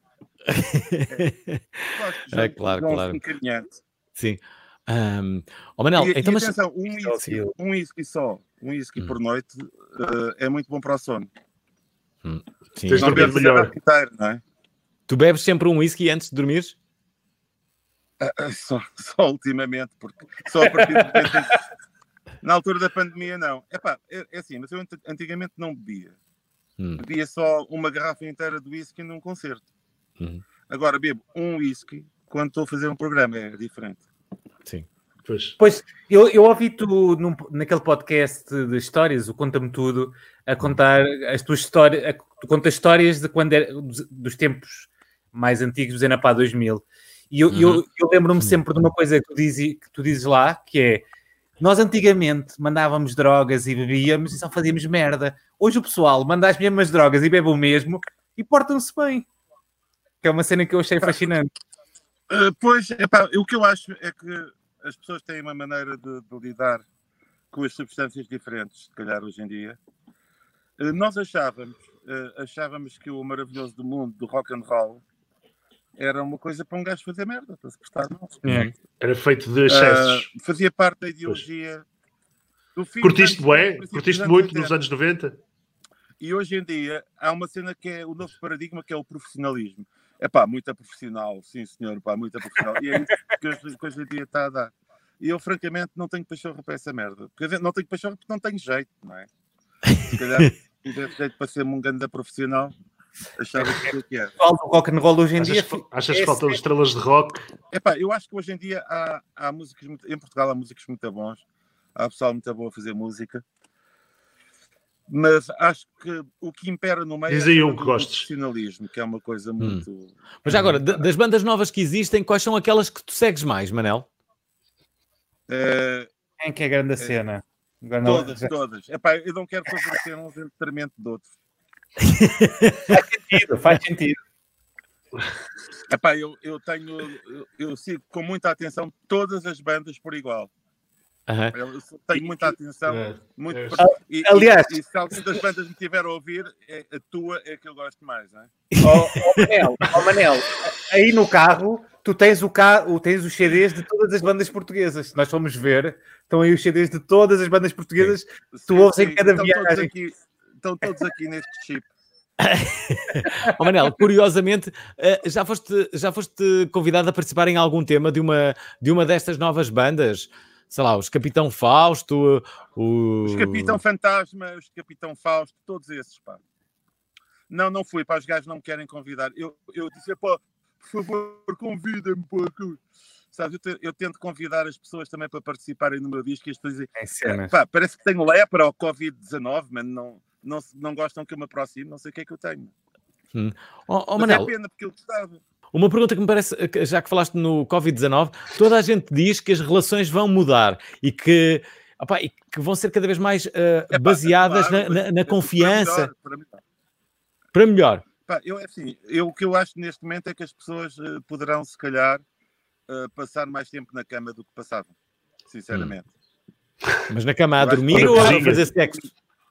Gosto de É, gente claro, com claro. um caminhante. Sim. Um, oh, Manel, E, então, e mas... atenção, um whisky, um whisky só, um whisky Hum. por noite uh, é muito bom para o sono. Sim. Tens Não dormir bebe melhor. inteiro, não é? Tu bebes sempre um whisky antes de dormires? Ah, ah, só, só ultimamente, porque só a partir de repente, na altura da pandemia não. Epá, é, é assim, mas eu ant- antigamente não bebia. Hum. Bebia só uma garrafa inteira de whisky num concerto. Uhum. Agora bebo um whisky quando estou a fazer um programa, é diferente. Sim. Pois. Pois, eu, eu ouvi tu num, naquele podcast de histórias, o Conta-me Tudo, a contar as tuas histórias, a, tu contas histórias de quando era, dos, dos tempos mais antigos, dos Enapá dois mil. E eu, Uhum. eu, eu lembro-me sempre de uma coisa que tu, dizes, que tu dizes lá, que é, nós antigamente mandávamos drogas e bebíamos e só fazíamos merda. Hoje o pessoal manda as mesmas drogas e bebe o mesmo e portam-se bem. Que é uma cena que eu achei fascinante. Uh, pois, epá, o que eu acho é que as pessoas têm uma maneira de, de lidar com as substâncias diferentes, se calhar hoje em dia. Uh, nós achávamos, uh, achávamos que o maravilhoso do mundo do rock and roll era uma coisa para um gajo fazer merda, para se prestar mal. É. Era feito de excessos. Uh, fazia parte da ideologia do fim. Curtiste, bué? dos Curtiste anos muito oitenta. nos anos noventa? E hoje em dia há uma cena que é o novo paradigma, que é o profissionalismo. É pá, muito profissional, sim senhor, pá, muito profissional. E é isso que hoje, que hoje em dia está a dar. E eu, francamente, não tenho pachorra para essa merda. Porque não tenho pachorra porque não tenho jeito, não é? Se calhar, se tivesse jeito para ser um grande profissional, achava que o que era. O pessoal do rock and roll hoje em Achas, dia... que- achas é que faltam estrelas de rock? É pá, eu acho que hoje em dia há, há músicos, muito, em Portugal há músicos muito bons, há pessoal muito bom a fazer música. Mas acho que o que impera no meio Diz é aí a um cena que do gostes. profissionalismo, que é uma coisa muito... Mas já agora, de- das bandas novas que existem, quais são aquelas que tu segues mais, Manel? É, Quem que é a grande cena? Agora não- todas, todas. É pá, eu não quero favorecer uns em detrimento de outros. Faz sentido, faz sentido. É pá, eu, eu tenho... Eu, eu sigo com muita atenção todas as bandas por igual. Aham. Eu tenho muita atenção. É, Muito é. e, Aliás- e, e se alguma das bandas me tiver a ouvir, é, a tua é que eu gosto mais, não é? Ó ó, Manel, ó, Manel, aí no carro, tu tens, o carro, tens os C Ds de todas as bandas portuguesas. Se nós formos ver, estão aí os C Ds de todas as bandas portuguesas. Tu Sim, ouves em sim, cada estão todos viagem. aqui, estão todos aqui neste chip. Ó Manel, curiosamente, eh, já foste, já foste convidado a participar em algum tema de uma, de uma destas novas bandas? Sei lá, os Capitão Fausto, o... Os Capitão Fantasma, os Capitão Fausto, todos esses, pá. Não, não fui, pá, os gajos não me querem convidar. Eu, eu disse, pá, por favor, convida-me, pá. Sabes, eu, te- eu tento convidar as pessoas também para participarem no meu disco e as pessoas dizem, Em cenas. pá, parece que tenho lepra ou covid dezanove, mano, não, não, não gostam que eu me aproxime, não sei o que é que eu tenho. Hum. Ó, ó, Mas Manel, é pena, porque eu gostava. uma pergunta que me parece, que já que falaste no covid dezanove, toda a gente diz que as relações vão mudar e que, opá, e que vão ser cada vez mais eh, Epá, baseadas claro, na, na- mas- na mas confiança, para melhor, para melhor. para melhor. Pá, eu, é assim, eu, o que eu acho neste momento é que as pessoas eh, poderão, se calhar, eh, passar mais tempo na cama do que passavam, sinceramente. Mas na cama a Eu acho dormir que- ou a Cozinha. fazer sexo?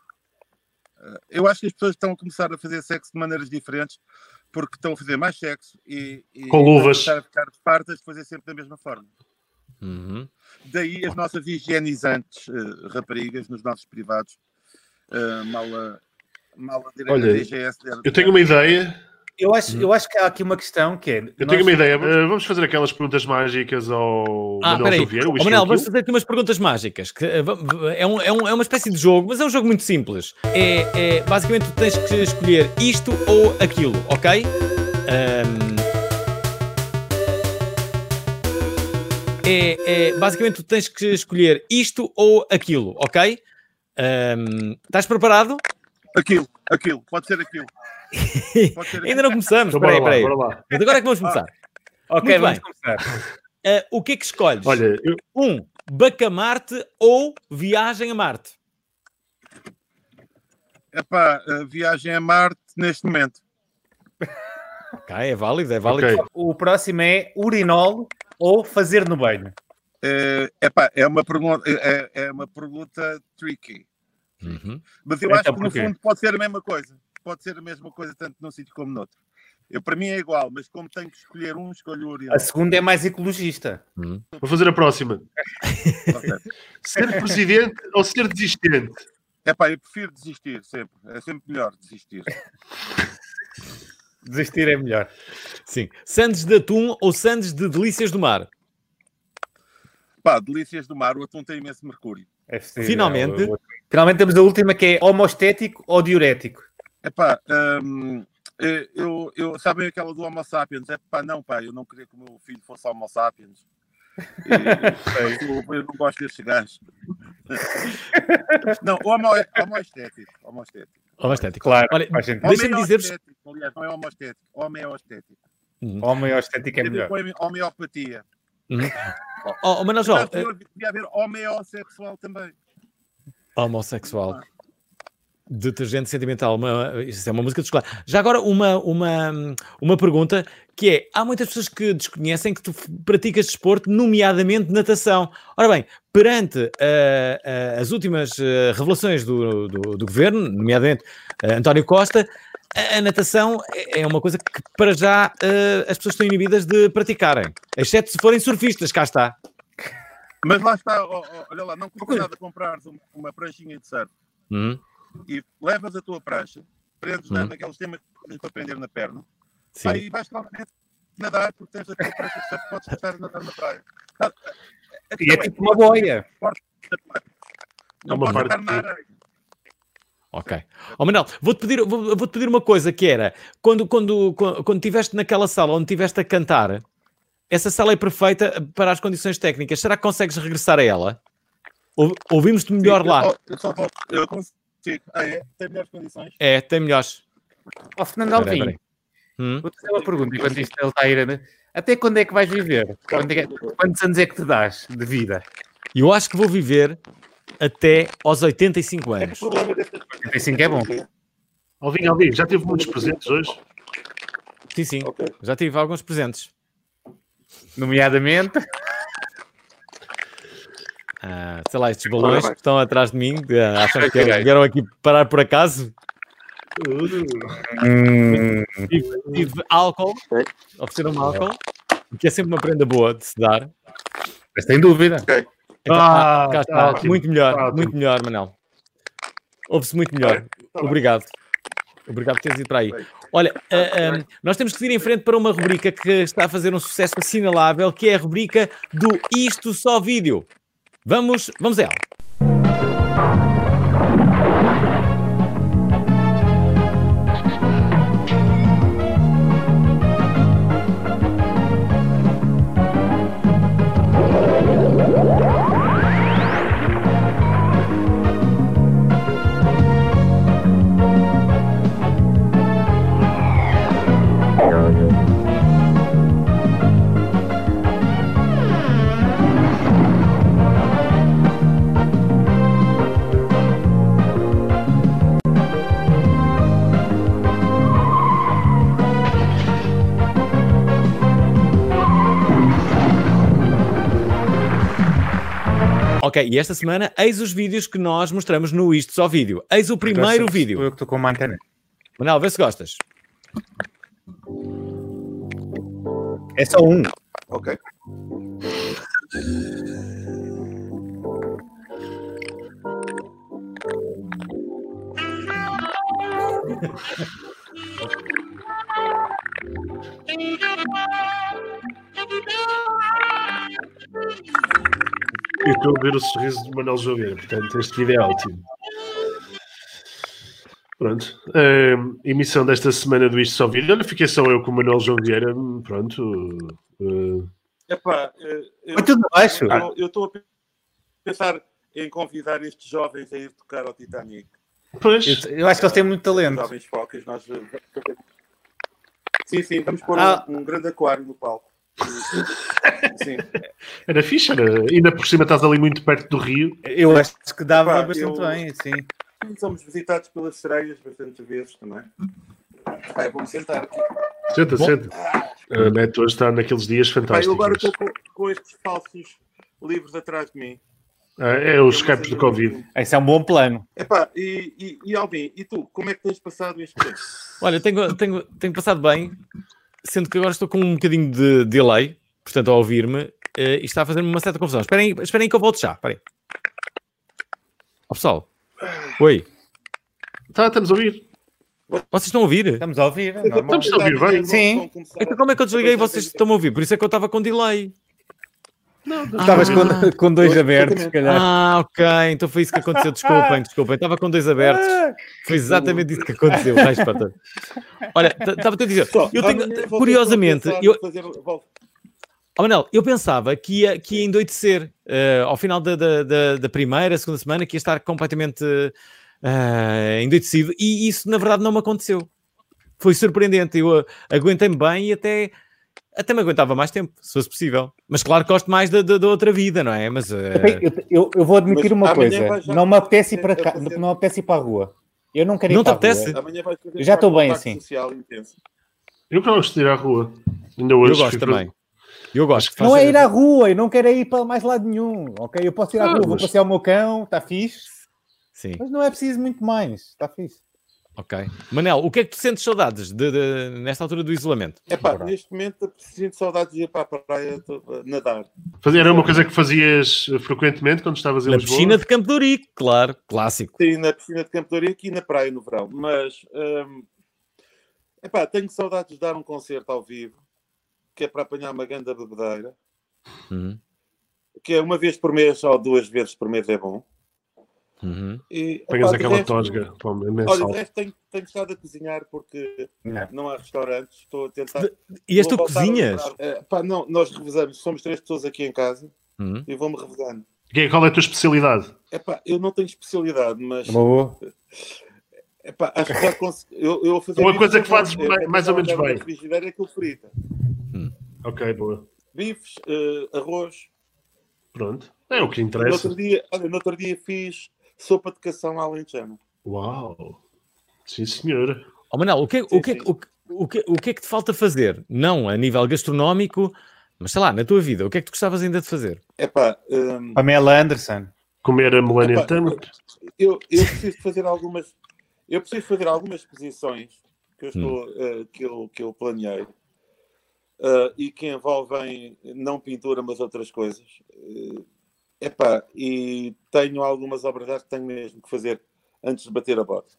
Eu acho que as pessoas estão a começar a fazer sexo de maneiras diferentes porque estão a fazer mais sexo e, e Com luvas. estão a ficar fartas de fazer sempre da mesma forma. Uhum. Daí as nossas higienizantes eh, raparigas nos nossos privados, eh, mal a, mal a direita Olha, D G S. der- Eu tenho uma ideia. Eu acho, eu acho que há aqui uma questão que é... Eu nós- tenho uma ideia. Uh, vamos fazer aquelas perguntas mágicas ao Ah, Manuel peraí. Silveira. o Ó, Whisky Manel, and vamos Kill. fazer aqui umas perguntas mágicas. Que, eh, va- va- é, um, é, um, é uma espécie de jogo, mas é um jogo muito simples. É, é, basicamente, tu tens que escolher isto ou aquilo, ok? Ahm, é, é, basicamente, tu tens que escolher isto ou aquilo, ok? Ahm, estás preparado? Aquilo, aquilo, pode ser aquilo. Pode ser Ainda não começamos. Então, Espera aí, bora espera lá, aí. bora lá. Mas agora é que vamos começar. Ok, Muito vamos bem. começar. Ah, o que é que escolhes? Olha, eu- Um, Bacamarte ou Viagem a Marte? Epá, a viagem a Marte neste momento. Ok, é válido, é válido. ok. O próximo é urinol ou fazer no banho. É, epá, é, uma pergunta, é, é uma pergunta tricky. Uhum. Mas eu Então, acho que no porquê? fundo pode ser a mesma coisa. Pode ser a mesma coisa tanto num sítio como no outro. Eu, para mim é igual, mas como tenho que escolher um, escolho o urinol. A segunda é mais ecologista. Vou fazer a próxima. Ok. Ser presidente ou ser desistente? Epá, eu prefiro desistir sempre. É sempre melhor desistir. Desistir é melhor. Sim. Sandes de atum ou sandes de delícias do mar? Pá, delícias do mar, o atum tem imenso mercúrio. É ser- Finalmente. é o- o- Finalmente temos a última que é homoestético ou diurético. Epá, hum, eu, eu, sabem aquela do Homo sapiens? Epá, não, pá, eu não queria que o meu filho fosse Homo sapiens. E, eu, eu não gosto desses gajos. Não, homo, homoestético. Homoestético. Homoestético. Claro, Olha, faz sentido. deixa-me dizer-vos. Homeostético, aliás, não é homoestético. Homeostético. Uhum. Homeostética é Tem a ver melhor. com homeopatia. Uhum. Oh, oh, Manuel João, Mas devia haver homeossexual também. homossexual. Detergente sentimental, uma, isso é uma música de chocolate. Já agora, uma, uma, uma pergunta que é: há muitas pessoas que desconhecem que tu praticas desporto, nomeadamente natação. Ora bem, perante uh, uh, as últimas uh, revelações do, do, do governo, nomeadamente uh, António Costa, a, a natação é uma coisa que, para já, uh, as pessoas estão inibidas de praticarem, exceto se forem surfistas, cá está. Mas lá está, ó, ó, olha lá, não custa nada comprares uma, uma pranchinha de surf. Uhum. E levas a tua prancha, prendes na, Hum. naqueles temas para prender na perna, Sim. aí vais claramente nadar, porque tens a tua prancha de surf, podes estar a nadar na praia. A- a- a E é questão tipo uma boia. Não uma podes parte estar na que- areia. Ok. Ó Manuel, vou-te pedir, vou, vou-te pedir uma coisa, que era, quando, quando, quando, quando estiveste naquela sala onde estiveste a cantar, essa sala é perfeita para as condições técnicas. Será que consegues regressar a ela? Ou, ouvimos-te melhor Sim, lá? Eu, eu só vou, eu consigo. Ah, é? Tem melhores condições? É, tem melhores. Ó, Fernando Espera aí, Alvim, espera aí. Hum? vou-te fazer uma pergunta enquanto isto ele está a ir. né? Até quando é que vais viver? Quando é que- Quantos anos é que te dás de vida? Eu acho que vou viver até aos oitenta e cinco anos. oitenta e cinco é bom. Alvin, Alvin, já teve muitos presentes hoje? Sim, sim. Já tive alguns presentes. Nomeadamente. Ah, sei lá, estes balões que estão atrás de mim, ah, acham que Ok. vieram aqui parar por acaso. Hum, Tive, tive álcool, ofereceram-me álcool, que é sempre uma prenda boa de se dar. mas sem dúvida. Então, Ah, ah, cá está. ótimo, Muito melhor, ótimo. muito melhor, Manel. Ouve-se muito melhor. Obrigado. Obrigado por teres ido para aí. Olha, ah, ah, nós temos que ir em frente para uma rubrica que está a fazer um sucesso assinalável, que é a rubrica do Isto Só Vídeo. Vamos, vamos a ela. Ok, e esta semana, eis os vídeos que nós mostramos no Isto Só Vídeo. Eis o primeiro Sou vídeo. Eu que estou com uma antena. Manel, vê se gostas. É só um. Ok. Eu estou a ver o sorriso de Manuel João Vieira, portanto, este vídeo é ótimo. Pronto. Hum, emissão desta semana do Isto Só Vídeo. Olha, fiquei só eu com o Manuel João Vieira. hum, Pronto. uh, Epá, eh, eu Foi tudo baixo. eu- eu estou a pensar em convidar estes jovens a ir tocar ao Titanic. pois, Eu, eu acho que eles têm muito talento. Jovens focas, nós. Sim, sim, vamos pôr Ah. um, um grande aquário no palco. Sim. era fixe. Era. Ainda por cima estás ali muito perto do rio. Eu acho que dava Epá, bastante eu- bem, sim. Somos visitados pelas sereias bastantes vezes também. Vai, vou-me sentar aqui. Senta, senta. A Neto hoje está naqueles dias Epá, eu fantásticos. agora estou com, com estes falsos livros atrás de mim. Ah, é os Skype do Covid. Esse é um bom plano. Epá, e, e, e Alvin, e tu, como é que tens passado este tempo? Olha, tenho, tenho, tenho passado bem, sendo que agora estou com um bocadinho de delay, portanto, a ouvir-me, eh, e está a fazer-me uma certa confusão. Esperem, esperem que eu volto já. Esperem. Ó pessoal. Oi. Tá, estamos a ouvir. Vocês estão a ouvir? Estamos a ouvir. é normal. Estamos a ouvir bem. Sim. Então como é que eu desliguei e vocês estão a ouvir? Por isso é que eu estava com delay. Estavas com, com dois abertos, se calhar. Ah, ok. Então foi isso que aconteceu. Desculpem, desculpem. Estava com dois abertos. Foi exatamente isso que aconteceu. Vai, espata. Olha, estava a te dizer. Eu tenho, curiosamente, eu, Fazer, Oh, Manel, eu pensava que ia, que ia endoidecer uh, ao final da, da, da, da primeira, segunda semana, que ia estar completamente uh, endoidecido, e isso na verdade não me aconteceu. Foi surpreendente, eu uh, aguentei-me bem e até, até me aguentava mais tempo, se fosse possível. Mas claro que gosto mais da, da, da outra vida, não é? Mas, uh... eu, eu, eu vou admitir Mas uma amanhã coisa, vai já- não me apetece ir para vai cá, fazer- não me apetece ir para a rua. Eu não quero ir Não te para a apetece? rua. Amanhã vai fazer Eu já estou um bem contacto assim. social intenso. Eu gosto de ir à rua. Ainda hoje eu gosto fui também. para- Eu gosto. Não Faz- é ir à rua, eu não quero ir para mais lado nenhum, ok? Eu posso ir à Ah, rua, vou mas- passear o meu cão, está fixe, Sim, mas não é preciso muito mais, está fixe. ok. Manel, o que é que tu sentes saudades de, de- nesta altura do isolamento? É pá, Verdade. neste momento sinto saudades de ir para a praia tô- nadar. Fazer era uma coisa que fazias eh, frequentemente quando estavas em Na Lisboa? piscina de Campo de Ourique, claro, clássico. Sim, na piscina de Campo de Ourique e na praia no verão. Mas, hum, epá, tenho saudades de dar um concerto ao vivo, que é para apanhar uma grande bebedeira, Uhum, que é uma vez por mês ou duas vezes por mês é bom. uhum. E, Pegas epá, de aquela resto- tosga pá, Olha, mensal. de resto tenho, tenho estado a cozinhar porque Não. não há restaurantes. Estou a tentar... E és tu Vou voltar a cozinhas? lembrar- Eh, pá, não, nós revezamos. Somos três pessoas aqui em casa Uhum. e vou-me revezando. Que- Qual é a tua especialidade? Epá, eu não tenho especialidade, mas Boa. epá, acho que já consegui. Eu, eu vou fazer Uma bifes coisa que com- fazes é, mais- é mais ou menos aquela bem. da frigideira é aquilo frita. Ok, boa. Bifes, eh, arroz. Pronto. É o que No interessa. outro dia, olha, no outro dia fiz sopa de cação à alentejana. Uau. Sim, senhor. Oh, Manel, o que, é- o, Sim, que, é sim. que- o, que- o, que, o que é que te falta fazer? Não a nível gastronómico, mas sei lá, na tua vida, o que é que tu gostavas ainda de fazer? Epá, hum, Pamela Anderson. Comer a Millennium Epá, Thumb. eu, eu preciso fazer algumas eu preciso fazer algumas exposições que eu estou eh, que, eu, que eu planeei eh, e que envolvem não pintura mas outras coisas. Eh, epá, e tenho algumas obras de arte que tenho mesmo que fazer antes de bater a bota.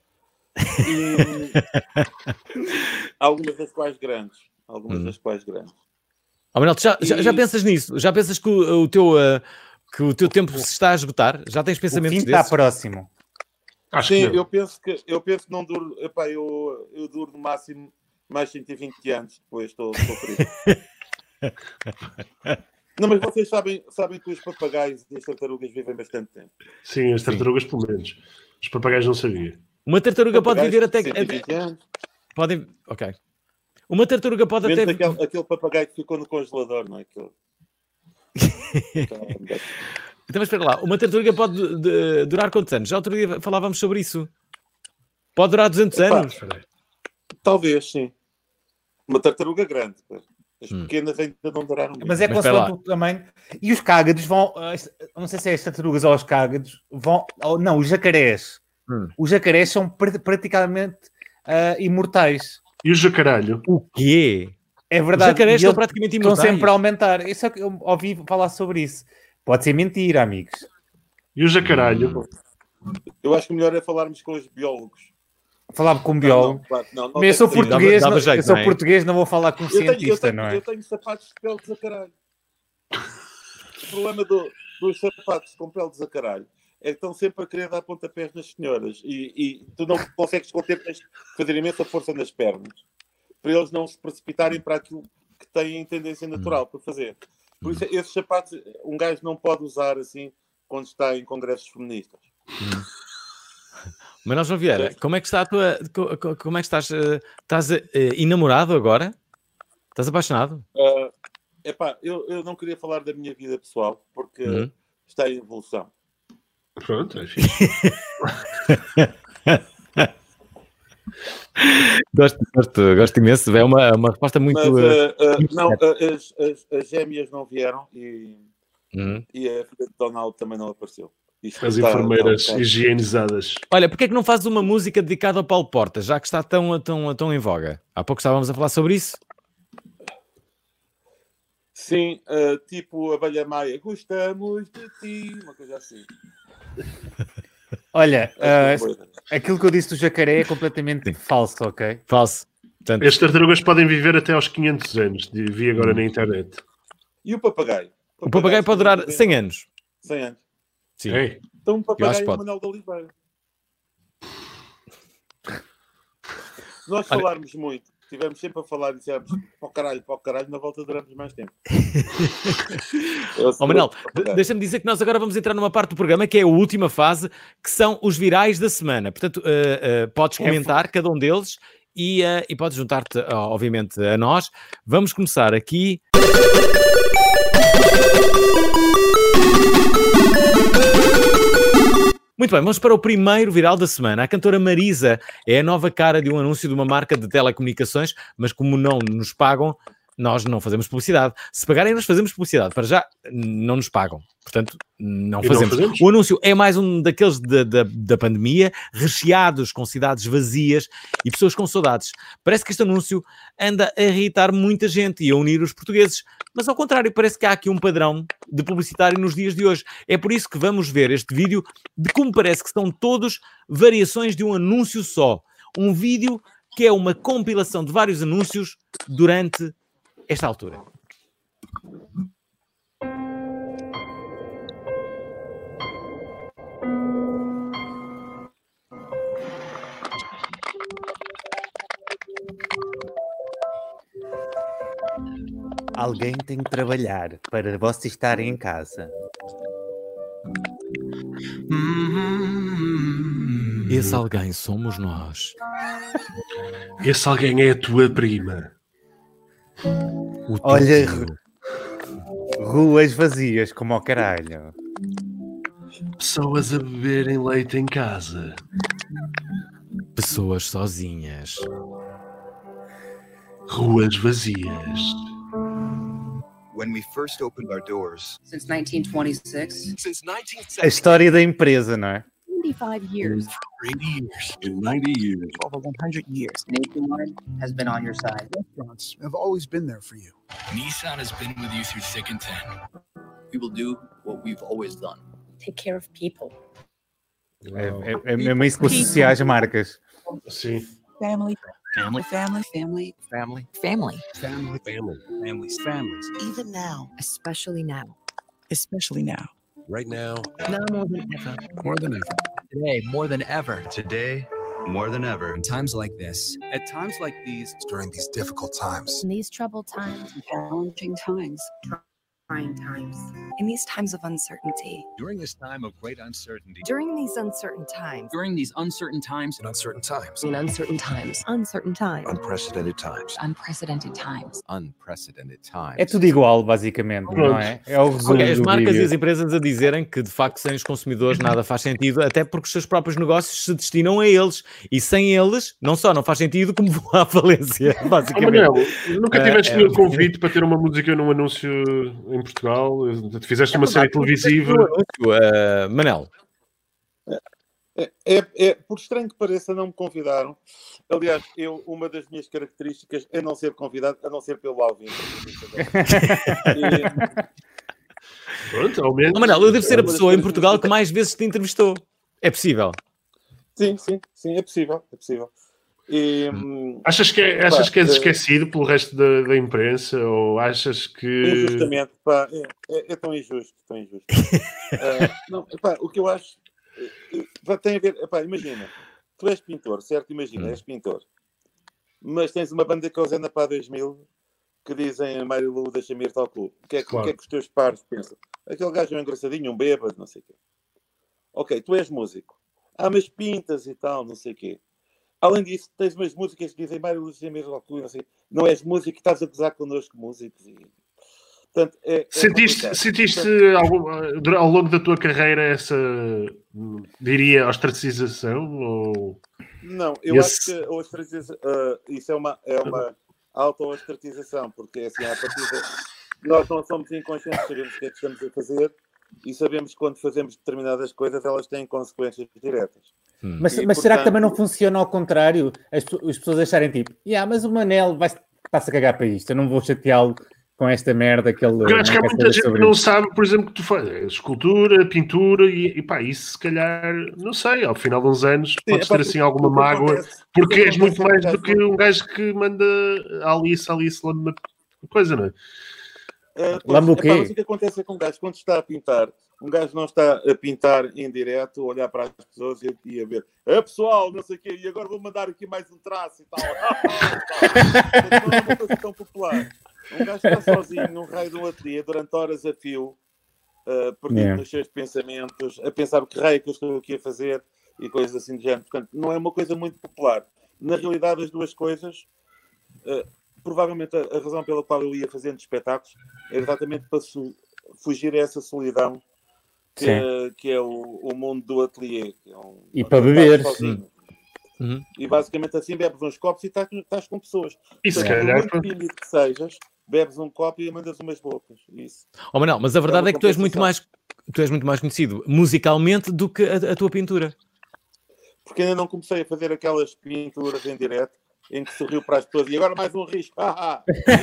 E, algumas das quais grandes algumas Hum. das quais grandes. Oh, Manel, tu já, já, já E- pensas nisso? Já pensas que o, o teu, uh, que o teu tempo se está a esgotar? Já tens O pensamentos fim está desses? próximo. Acho Sim, que não. eu penso que eu penso que não duro, epá, eu, eu duro no máximo mais cento e vinte anos, depois estou, estou ferido. Não, mas vocês sabem, sabem que os papagaios e as tartarugas vivem bastante tempo. Sim, as tartarugas pelo menos. Os papagaios não sabia. Uma tartaruga pode Papagaios viver até... de cento e vinte anos. Podem... Ok. Uma tartaruga pode Menos até... aquele, aquele papagaio que ficou no congelador, não é? Aquele... Então, mas espera lá, uma tartaruga pode de- de- durar quantos anos? Já outro dia falávamos sobre isso. Pode durar duzentos Epá, anos? Talvez, sim. Uma tartaruga grande. As Hum. pequenas ainda não duraram muito. Mas é Mas espera consoante o tamanho. E os cágados vão, ah, não sei se é as tartarugas ou os cágados, vão, ou, não, os jacarés. Hum. Os jacarés são pr- praticamente ah, imortais. E o jacaralho? O quê? É Os verdade. jacarés E são eles praticamente estão imortais. sempre a aumentar. Isso é que eu ouvi falar sobre isso. Pode ser mentira, amigos. E o jacaralho? Eu acho que melhor é falarmos com os biólogos. Falava com um Não, biólogo. não, claro, não, não Mas eu sou deve ser. português, dava não, jeito, eu sou não é? português, não vou falar com um Eu tenho, eu, cientista, tenho, não é? eu tenho sapatos de pele de zacaralho. O problema do- dos sapatos com pele de zacaralho é que estão sempre a querer dar pontapés nas senhoras e, e tu não consegues conter, tens de fazer imensa força nas pernas para eles não se precipitarem para aquilo que têm tendência natural para fazer. Por isso, esses sapatos um gajo não pode usar assim quando está em congressos feministas. Manuel João Vieira, como é que está a tua... co- co- Como é que estás? eh, Estás eh, enamorado agora? Estás apaixonado? Uh, epá, eu, eu não queria falar da minha vida pessoal porque Uhum. está em evolução. Pronto, é fixe. Gosto, gosto, gosto imenso. É uma, uma resposta muito... Mas eh, uh, uh, não, uh, as, as, as gêmeas não vieram e, uhum. e a filha de Donald também não apareceu. Isto As está- enfermeiras está- está- higienizadas. Olha, porque é que não fazes uma música dedicada ao Paulo Portas, já que está tão, tão, tão em voga? Há pouco estávamos a falar sobre isso. Sim, uh, tipo Abelha Maia, gostamos de ti, uma coisa assim. Olha, Essa ah, coisa. aquilo que eu disse do jacaré é completamente falso, ok? Falso. Portanto, As tartarugas podem viver até aos quinhentos anos. Vi agora na internet. E o papagaio? o papagaio pode durar cem anos. cem anos. Sim. Ei, Então um acho papagaio que é o pode. Manuel de Oliveira. Nós Olha- falarmos muito Estivemos sempre a falar e dissemos para o caralho, para o caralho, na volta duramos mais tempo. Ó oh, Manel, deixa-me dizer que nós agora vamos entrar numa parte do programa que é a última fase, que são os virais da semana. Portanto, uh, uh, podes comentar é cada um deles e, uh, e podes juntar-te, uh, obviamente, a nós. Vamos começar aqui. Muito bem, vamos para o primeiro viral da semana. A cantora Marisa é a nova cara de um anúncio de uma marca de telecomunicações, mas como não nos pagam, nós não fazemos publicidade. Se pagarem, nós fazemos publicidade. Para já, não nos pagam. Portanto, não fazemos. não fazemos. O anúncio é mais um daqueles da, da, da pandemia, recheados com cidades vazias e pessoas com saudades. Parece que este anúncio anda a irritar muita gente e a unir os portugueses. Mas, ao contrário, parece que há aqui um padrão de publicitário nos dias de hoje. É por isso que vamos ver este vídeo de como parece que são todos variações de um anúncio só. Um vídeo que é uma compilação de vários anúncios durante esta altura. Alguém tem que trabalhar para vocês estarem em casa. Esse alguém somos nós. Esse alguém é a tua prima. Olha, ruas vazias como ao caralho. Pessoas a beberem leite em casa. Pessoas sozinhas. Ruas vazias. When we first opened our doors. Since nineteen twenty-six. Since nineteen seventy. A história da empresa, não é? seventy-five years. eighty years. In ninety years. Over one hundred years. Nationwide has been on your side. Restaurants have always been there for you. Nissan has been with you through thick and thin. We will do what we've always done. Take care of people. É, é, é mesmo isso que associa às marcas. Sim. Family. Family. Family. Family. Family. Family. Family. Family. Families. Families. Even now. Especially now. Especially now. Right now. Now more than ever. More than ever. Today, more than ever. Today, more than ever. In times like this. At times like these, During these difficult times. In these troubled times. Challenging times. Trying times. In these times of uncertainty. During this time of great uncertainty. During these uncertain times. During these uncertain times. In uncertain times. In uncertain times. Uncertain times. Unprecedented times. Unprecedented times. Unprecedented times. É tudo igual, basicamente, não é? É o resumo Okay, as do marcas vídeo. e as empresas a dizerem que, de facto, sem os consumidores nada faz sentido, até porque os seus próprios negócios se destinam a eles. E sem eles, não só não faz sentido, como vão à falência, Oh, basicamente. Manel, nunca tiveste É, é. nenhum convite para ter uma música num anúncio em Portugal? Fizeste uma série televisiva? Uh, Manel. É, é, é, por estranho que pareça, não me convidaram. Aliás, eu, uma das minhas características é não ser convidado, a não ser pelo Alvin. E, Pronto, ao menos. Oh, Manel, eu devo ser a pessoa em Portugal que mais vezes te entrevistou. É possível? sim, sim, sim, é possível, é possível. E, hum, Achas que, é, achas pá, que és eh, esquecido pelo resto da, da imprensa? Ou achas que. Injustamente, pá, é, é, é tão injusto, tão injusto. uh, não, epá, o que eu acho eh, pá, tem a ver, epá, imagina, tu és pintor, certo? Imagina, és pintor, mas tens uma banda que é o Zena Pá dois mil que dizem Mário Lu, deixa-me ir ao clube. O que, é, que- o que é que os teus pares pensam? Aquele gajo é um engraçadinho, um bêbado, não sei o quê. Ok, tu és músico. Ah, mas pintas e tal, não sei o quê. Além disso, tens umas músicas que dizem Mário Lu, deixa-me ir ao clube, não sei. Não és músico e estás a gozar connosco músicos. E... Portanto, é, é Sentiste, complicado. sentiste Portanto, algum- dura- ao longo da tua carreira essa, hum, diria, ostracização? Ou... Não, eu Esse- acho que a ostracização, ah, isso é uma, é uma auto-ostratização, porque assim, à partida, nós não somos inconscientes, sabemos o que é que estamos a fazer e sabemos que quando fazemos determinadas coisas elas têm consequências diretas. Mas, E, mas será que portanto- também não funciona ao contrário? As, pe- as pessoas acharem tipo, yeah, mas o Manel vai está-se a cagar para isto, eu não vou chateá-lo com esta merda que ele Porque eu acho que há não quer muita saber gente sobre que não isso. sabe, por exemplo, que tu fazes escultura, pintura e, e pá, isso se calhar, não sei, ao final de uns anos podes epá, ter assim alguma o que mágoa, acontece- porque o que és muito acontece mais é do que que um gajo que manda Alice, Alice lá numa coisa, não é? Ah, pois, Lamba o epá, quê? mas o que acontece é que um gajo, quando está a pintar, Um gajo não está a pintar em direto, olhar para as pessoas e, e a ver, é pessoal, não sei o quê, e agora vou mandar aqui mais um traço e tal. Não é uma coisa tão popular. Um gajo está sozinho num raio de um ateliê durante horas a fio, uh, perdido Yeah. nos seus pensamentos, a pensar o que raio que eu estou aqui a fazer e coisas assim de género. Portanto, não é uma coisa muito popular. Na realidade, as duas coisas, uh, provavelmente a, a razão pela qual eu ia fazendo espetáculos era exatamente para su- fugir a essa solidão que, é, que é o, o mundo do ateliê. Que é um, E para beber. Uhum. E basicamente assim bebes uns copos e estás, estás com pessoas. E se Portanto, calhar- por muito tímido que sejas, bebes um copo e mandas umas bocas. Isso. Oh, Manel, mas a verdade uma é que tu és muito compensação. mais, tu és muito mais conhecido musicalmente do que a, a tua pintura. Porque ainda não comecei a fazer aquelas pinturas em direto em que sorriu para as pessoas e agora mais um risco. Ah, ah.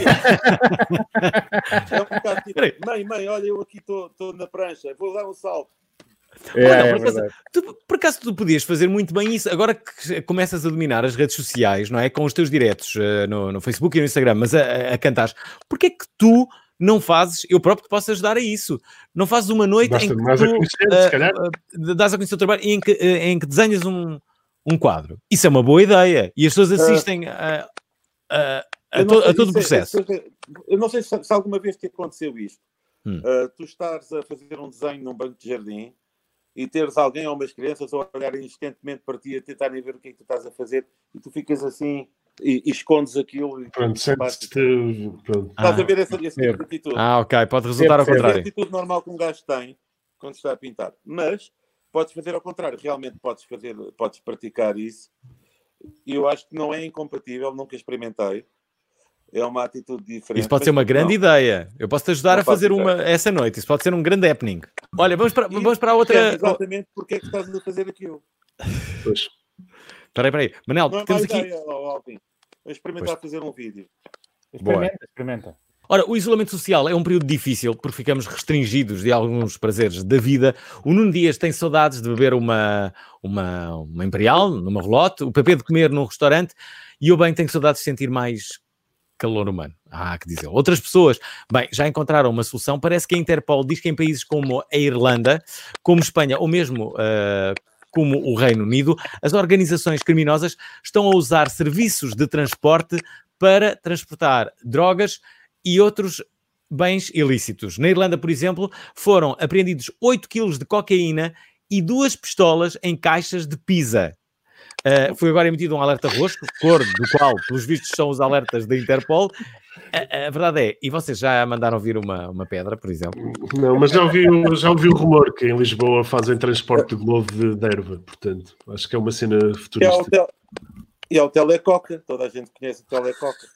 É um bocado tipo, mãe, mãe, olha, eu aqui estou na prancha, vou dar um salto. É, Olha, é por, acaso, verdade. tu, por acaso tu podias fazer muito bem isso, agora que começas a dominar as redes sociais, não é? Com os teus diretos uh, no, no Facebook e no Instagram, mas a, a, a cantares, porquê é que tu não fazes, eu próprio te posso ajudar a isso, não fazes uma noite Basta em que mais a tu conhecer, uh, se calhar. uh, dás a conhecer o trabalho e em que, uh, em que desenhas um, um quadro? Isso é uma boa ideia e as pessoas assistem a, a, a, Eu não to, sei- a todo o isso é- processo. isso é- Eu não sei se, se alguma vez te aconteceu isto. Hum. Uh, tu estares a fazer um desenho num banco de jardim e teres alguém ou umas crianças a olharem insistentemente para ti, a tentarem ver o que é que tu estás a fazer e tu ficas assim e, e escondes aquilo. E, Pronto, sentes-te. Pronto. Estás Ah. a ver essa, esse tipo de atitude? Ah, ok, pode resultar ao É a contrário. atitude normal que um gajo tem quando está a pintar. Mas podes fazer ao contrário. Realmente podes fazer, podes praticar isso. E eu acho que não é incompatível, nunca experimentei. É uma atitude diferente. Isso pode mas ser uma porque grande não? ideia. Eu posso te ajudar Não a fazer faço uma ideia. essa noite. Isso pode ser um grande happening. Olha, vamos para, E vamos para a eu outra. percebo exatamente porque é que estás a fazer aquilo. Pois. Espera aí, espera aí. Manel, Não é má temos aqui. ideia, ó, Alvin. Vou experimentar fazer um vídeo. Boa. Experimenta, experimenta. Ora, o isolamento social é um período difícil porque ficamos restringidos de alguns prazeres da vida. O Nuno Dias tem saudades de beber uma, uma, uma Imperial, numa relote, o P P de comer num restaurante e eu bem tenho saudades de sentir mais calor humano. Ah, que dizer. Outras pessoas, bem, já encontraram uma solução. Parece que a Interpol diz que em países como a Irlanda, como Espanha ou mesmo uh, como o Reino Unido, as organizações criminosas estão a usar serviços de transporte para transportar drogas e outros bens ilícitos. Na Irlanda, por exemplo, foram apreendidos oito quilos de cocaína e duas pistolas em caixas de pizza. Uh, foi agora emitido um alerta roxo, cor do qual, pelos vistos, são os alertas da Interpol. A, a verdade é, e vocês já mandaram vir uma, uma pedra, por exemplo? Não, mas já ouvi, o- já ouvi o rumor que em Lisboa fazem transporte de globo de, de erva, portanto, acho que é uma cena Que é o futurista. tel... E é o Telecoca. Toda a gente conhece o Telecoca.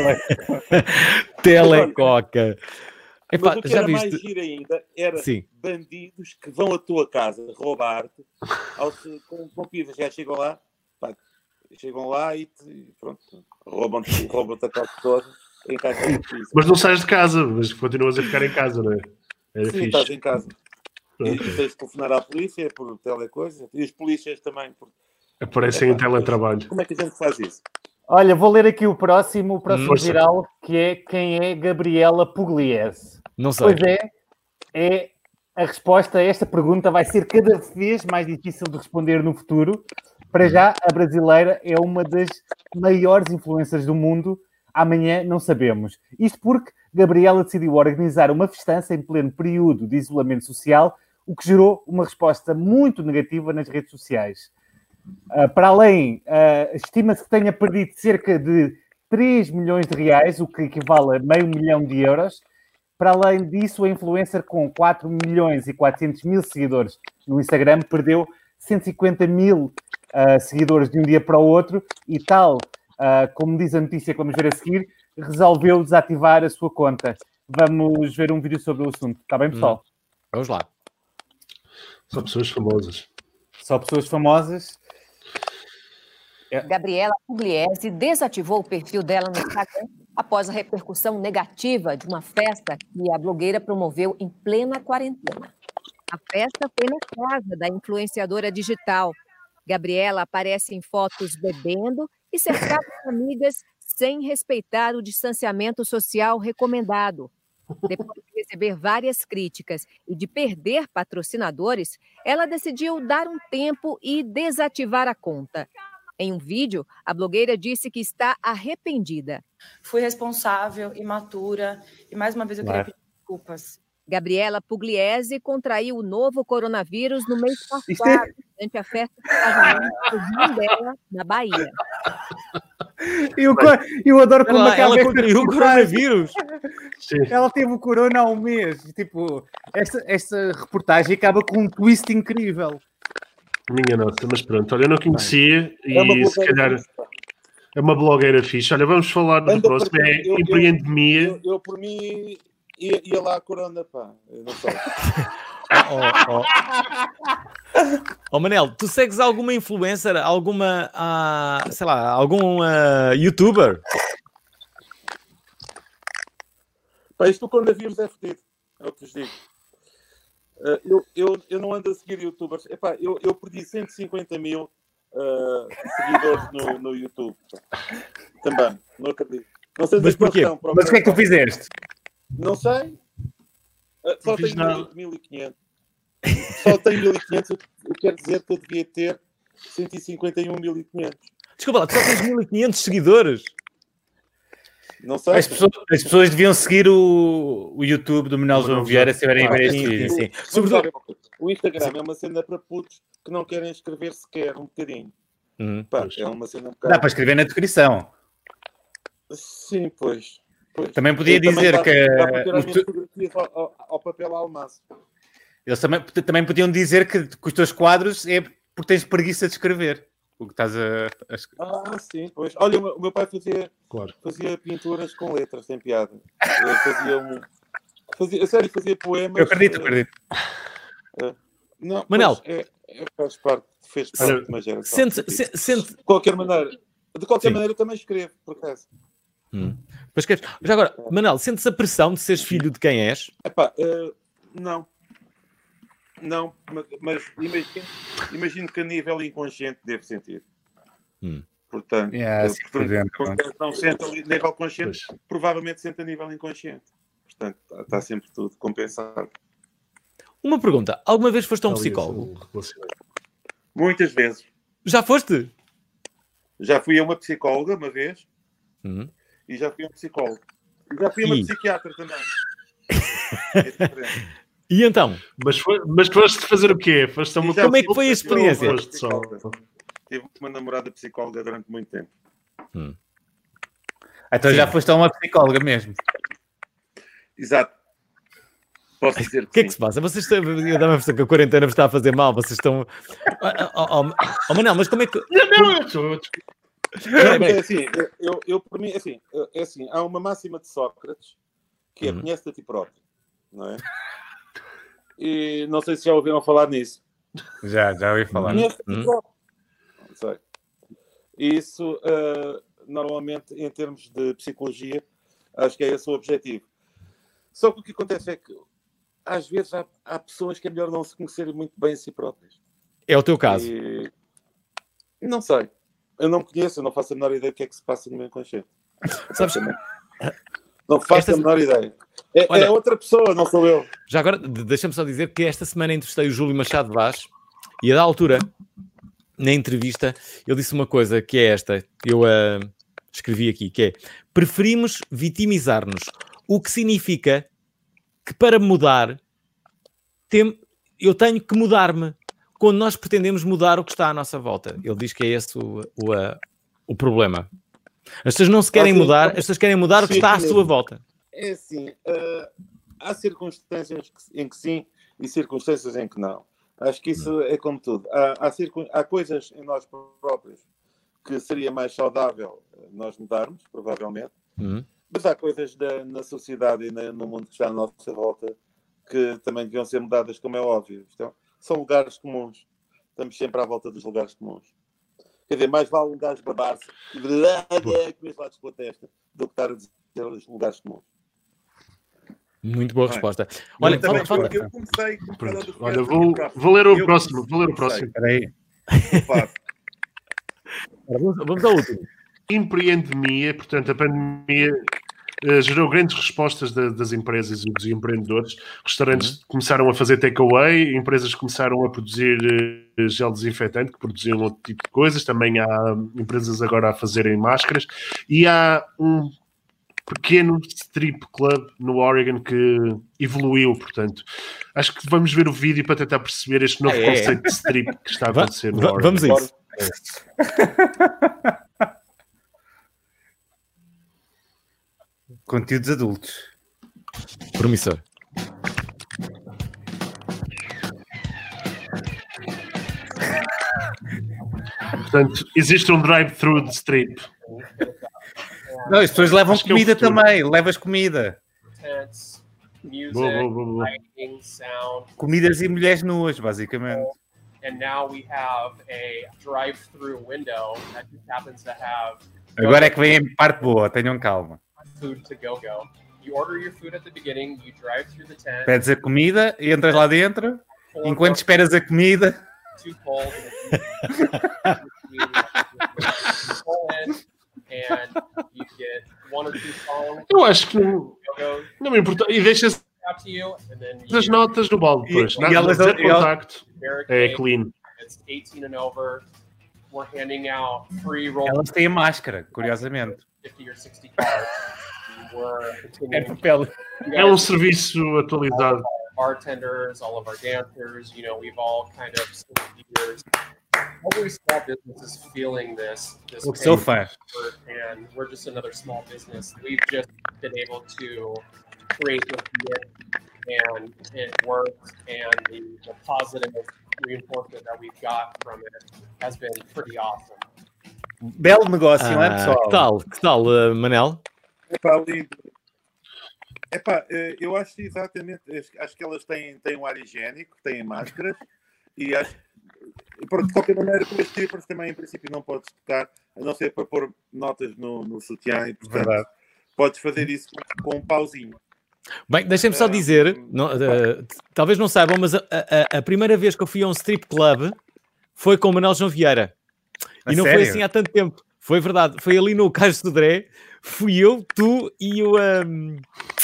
Telecoca. Epá, Mas o que já era viste? mais giro ainda era Sim. bandidos que vão à tua casa roubar-te ao se- com, com pizzas. Já chegam lá, pá, chegam lá e, te, e pronto, roubam-te roubam a casa toda em caixa de pizza. Mas não sais de casa, mas continuas a ficar em casa, não é? Era Sim, fixe. estás em casa. E, Ok. e tens de telefonar à polícia por telecoisa e os polícias também. Por... Aparecem em teletrabalho. Como é que a gente faz isso? Olha, vou ler aqui o próximo, o próximo Força. viral, que é quem é Gabriela Pugliese. Não sei. Pois é, é a resposta a esta pergunta vai ser cada vez mais difícil de responder no futuro. Para já, a brasileira é uma das maiores influências do mundo. Amanhã não sabemos. Isto porque Gabriela decidiu organizar uma festança em pleno período de isolamento social, o que gerou uma resposta muito negativa nas redes sociais. Uh, para além, uh, estima-se que tenha perdido cerca de três milhões de reais, o que equivale a meio milhão de euros. Para além disso, a influencer com quatro milhões e quatrocentos mil seguidores no Instagram perdeu cento e cinquenta mil uh, seguidores de um dia para o outro e tal, uh, como diz a notícia que vamos ver a seguir, resolveu desativar a sua conta. Vamos ver um vídeo sobre o assunto. Está bem, pessoal? Hum. Vamos lá. Só pessoas famosas. Só pessoas famosas. Gabriela Pugliese desativou o perfil dela no Instagram após a repercussão negativa de uma festa que a blogueira promoveu em plena quarentena. A festa foi na casa da influenciadora digital. Gabriela aparece em fotos bebendo e cercada de amigas sem respeitar o distanciamento social recomendado. Depois de receber várias críticas e de perder patrocinadores, ela decidiu dar um tempo e desativar a conta. Em um vídeo, a blogueira disse que está arrependida. Fui responsável, imatura, e mais uma vez eu queria pedir desculpas. Gabriela Pugliese contraiu o novo coronavírus no mês passado, é... durante a festa de casamento do irmão dela, na Bahia. Eu, eu adoro como ela, acaba ela contraiu o coronavírus. Ela teve o corona há um mês. Tipo, esta, esta reportagem acaba com um twist incrível. Minha nossa, mas pronto, olha, eu não conhecia e se calhar é uma blogueira fixe. Olha, vamos falar do próximo, é Empreendemia. Eu, eu, eu, por mim, ia, ia lá a corona, pá, eu não sei. Oh, oh. oh, Manel, tu segues alguma influencer, alguma, uh, sei lá, algum uh, youtuber? Pá, isto do coronavírus é fedido, é o que vos digo. Uh, eu, eu, eu não ando a seguir youtubers. Epá, eu, eu perdi cento e cinquenta mil uh, seguidores no, no YouTube. Também, não acredito. Não sei mas porquê? Estão, mas o que é que tu fizeste? Não sei. Uh, só tenho mil e quinhentos. Só tenho mil e quinhentos. Eu quero dizer que eu devia ter cento e cinquenta e um mil e quinhentos. Desculpa lá, tu só tens mil e quinhentos seguidores? Não sei. As pessoas, as pessoas deviam seguir o, o YouTube do Manel João Vieira se tiverem a ver este vídeo. Sim, sim. Sobretudo, o Instagram é uma cena para putos que não querem escrever sequer um bocadinho. Uhum. Pá, é uma cena um bocado... Dá para escrever na descrição. Sim, pois. pois. Também podia dizer também que... Dá, dá para ter as minhas fotografias ao, ao, ao papel almaço. Eles também, também podiam dizer que, que os teus quadros é porque tens preguiça de escrever. O que estás a... a... Ah, sim, pois. Olha, o meu, o meu pai fazia, claro. fazia pinturas com letras, sem piada. Eu fazia um... Fazia, a sério, fazia poemas... Eu acredito, acredito. Uh, não, Manel. É, é, faz parte, fez parte Olha, de uma geração. Sente, se, sente... De qualquer maneira, de qualquer sim. maneira eu também escrevo, por acaso. Hum. Mas, já agora, Manel, sentes a pressão de seres filho de quem és? Epá, uh, não. Não, mas imagino, imagino que a nível inconsciente devo sentir. Hum. Portanto, yeah, portanto quando não sente a nível consciente, pois. Provavelmente sente a nível inconsciente. Portanto, está sempre tudo compensado. Uma pergunta. Alguma vez foste a um psicólogo? Muitas vezes. Já foste? Já fui a uma psicóloga uma vez. Hum. E já fui a um psicólogo. E já fui a uma e... psiquiatra também. É diferente. E então? Mas, foi, mas foste fazer o quê? Foste uma... Como é que foi a experiência? Tive uma namorada psicóloga durante muito tempo. Hum. Então sim. Já foste a uma psicóloga mesmo? Exato. Posso dizer que O que é que se passa? Vocês estão... Eu dá-me a impressão que a quarentena vos está a fazer mal. Vocês estão... Oh, oh, oh, Manel, mas como é que... Não, eu sou... É assim, eu, eu, por mim, assim, é assim, há uma máxima de Sócrates que é Hum. conhece-te a ti próprio, não é? E não sei se já ouviram falar nisso. Já, já ouvi falar. Conhece-te a ti Hum. próprio. Não sei. Isso, uh, normalmente, em termos de psicologia, acho que é esse o objetivo. Só que o que acontece é que, às vezes, há, há pessoas que é melhor não se conhecerem muito bem a si próprias. É o teu caso? E... Não sei. Eu não conheço, eu não faço a menor ideia do que é que se passa no meu inconsciente. Sabes? Não faço Esta... a menor ideia. É, Olha, é outra pessoa, não sou eu. Já agora, deixa-me só dizer que esta semana entrevistei o Júlio Machado Vaz e a da altura, na entrevista, ele disse uma coisa que é esta, eu uh, escrevi aqui, que é: preferimos vitimizar-nos, o que significa que para mudar tem... eu tenho que mudar-me quando nós pretendemos mudar o que está à nossa volta. Ele diz que é esse o, o, uh, o problema. As pessoas não se querem assim, mudar, as pessoas querem mudar o que está à sua volta. É assim, uh, há circunstâncias em que sim e circunstâncias em que não. Acho que isso é como tudo. Há, há, circun... há coisas em nós próprios que seria mais saudável nós mudarmos, provavelmente. Uhum. Mas há coisas da, na sociedade e na, no mundo que está à nossa volta que também deviam ser mudadas, como é óbvio. Então, são lugares comuns. Estamos sempre à volta dos lugares comuns. Quer dizer, mais vale um gajo babar-se e comer lados pela testa do que estar a dizer os lugares comuns. Muito boa resposta. Olha, eu, também, fala, eu, eu comecei... Pronto. Olha, vou, vou ler o eu próximo. Vou ler o próximo. Espera aí. Vamos, vamos ao último. Empreendemia, portanto, a pandemia uh, gerou grandes respostas da, das empresas e dos empreendedores. Restaurantes uhum. começaram a fazer takeaway, empresas começaram a produzir uh, gel desinfetante, que produziam outro tipo de coisas. Também há empresas agora a fazerem máscaras. E há um pequeno strip club no Oregon que evoluiu, portanto. Acho que vamos ver o vídeo para tentar perceber este novo é, conceito é. de strip que está a acontecer no Oregon. Vamos a isso. Conteúdos adultos. Promissor. Portanto, existe um drive-thru de strip. Não, as pessoas levam Acho comida é também. Levas comida. Music, boa, boa, boa. lighting, sound. Comidas e mulheres nuas, basicamente. And now we have a drive-thru window that just happens to have. Agora é que vem a parte boa, tenham calma. Food to go go. You order your food at the beginning, you drive through the tent. Pedes a comida, entras lá dentro, enquanto esperas a comida. Too cold. And you get one or two songs. Eu acho que não, não me importa. E deixas as notas no balde depois. E, e elas dão contacto. É clean. It's eighteen and over. We're handing out free roll. Elas têm a máscara, curiosamente. fifty or sixty cards. É papel. É um serviço atualizado. Bartenders, all of our dancers, you know, we've all kind of years. Every small business is feeling this. this Looks so fun. And we're just another small business. We've just been able to create this and it works, and the, the positive reinforcement that we've got from it has been pretty awesome. Belo negócio, não é, pessoal? Que tal, que tal, uh, Manel? Epá, lindo. Epá, eu acho exatamente, acho que elas têm, têm um ar higiênico, têm máscaras, e acho, de qualquer maneira, com os strippers também, em princípio, não podes tocar, a não ser para pôr notas no, no sutiã, e portanto, Verdade. podes fazer isso com um pauzinho. Bem, deixem-me só dizer, não, uh, talvez não saibam, mas a, a, a primeira vez que eu fui a um strip club foi com o Manuel João Vieira. E a não sério? Foi assim há tanto tempo. Foi verdade. Foi ali no Cais de Sodré. Fui eu, tu e o, um,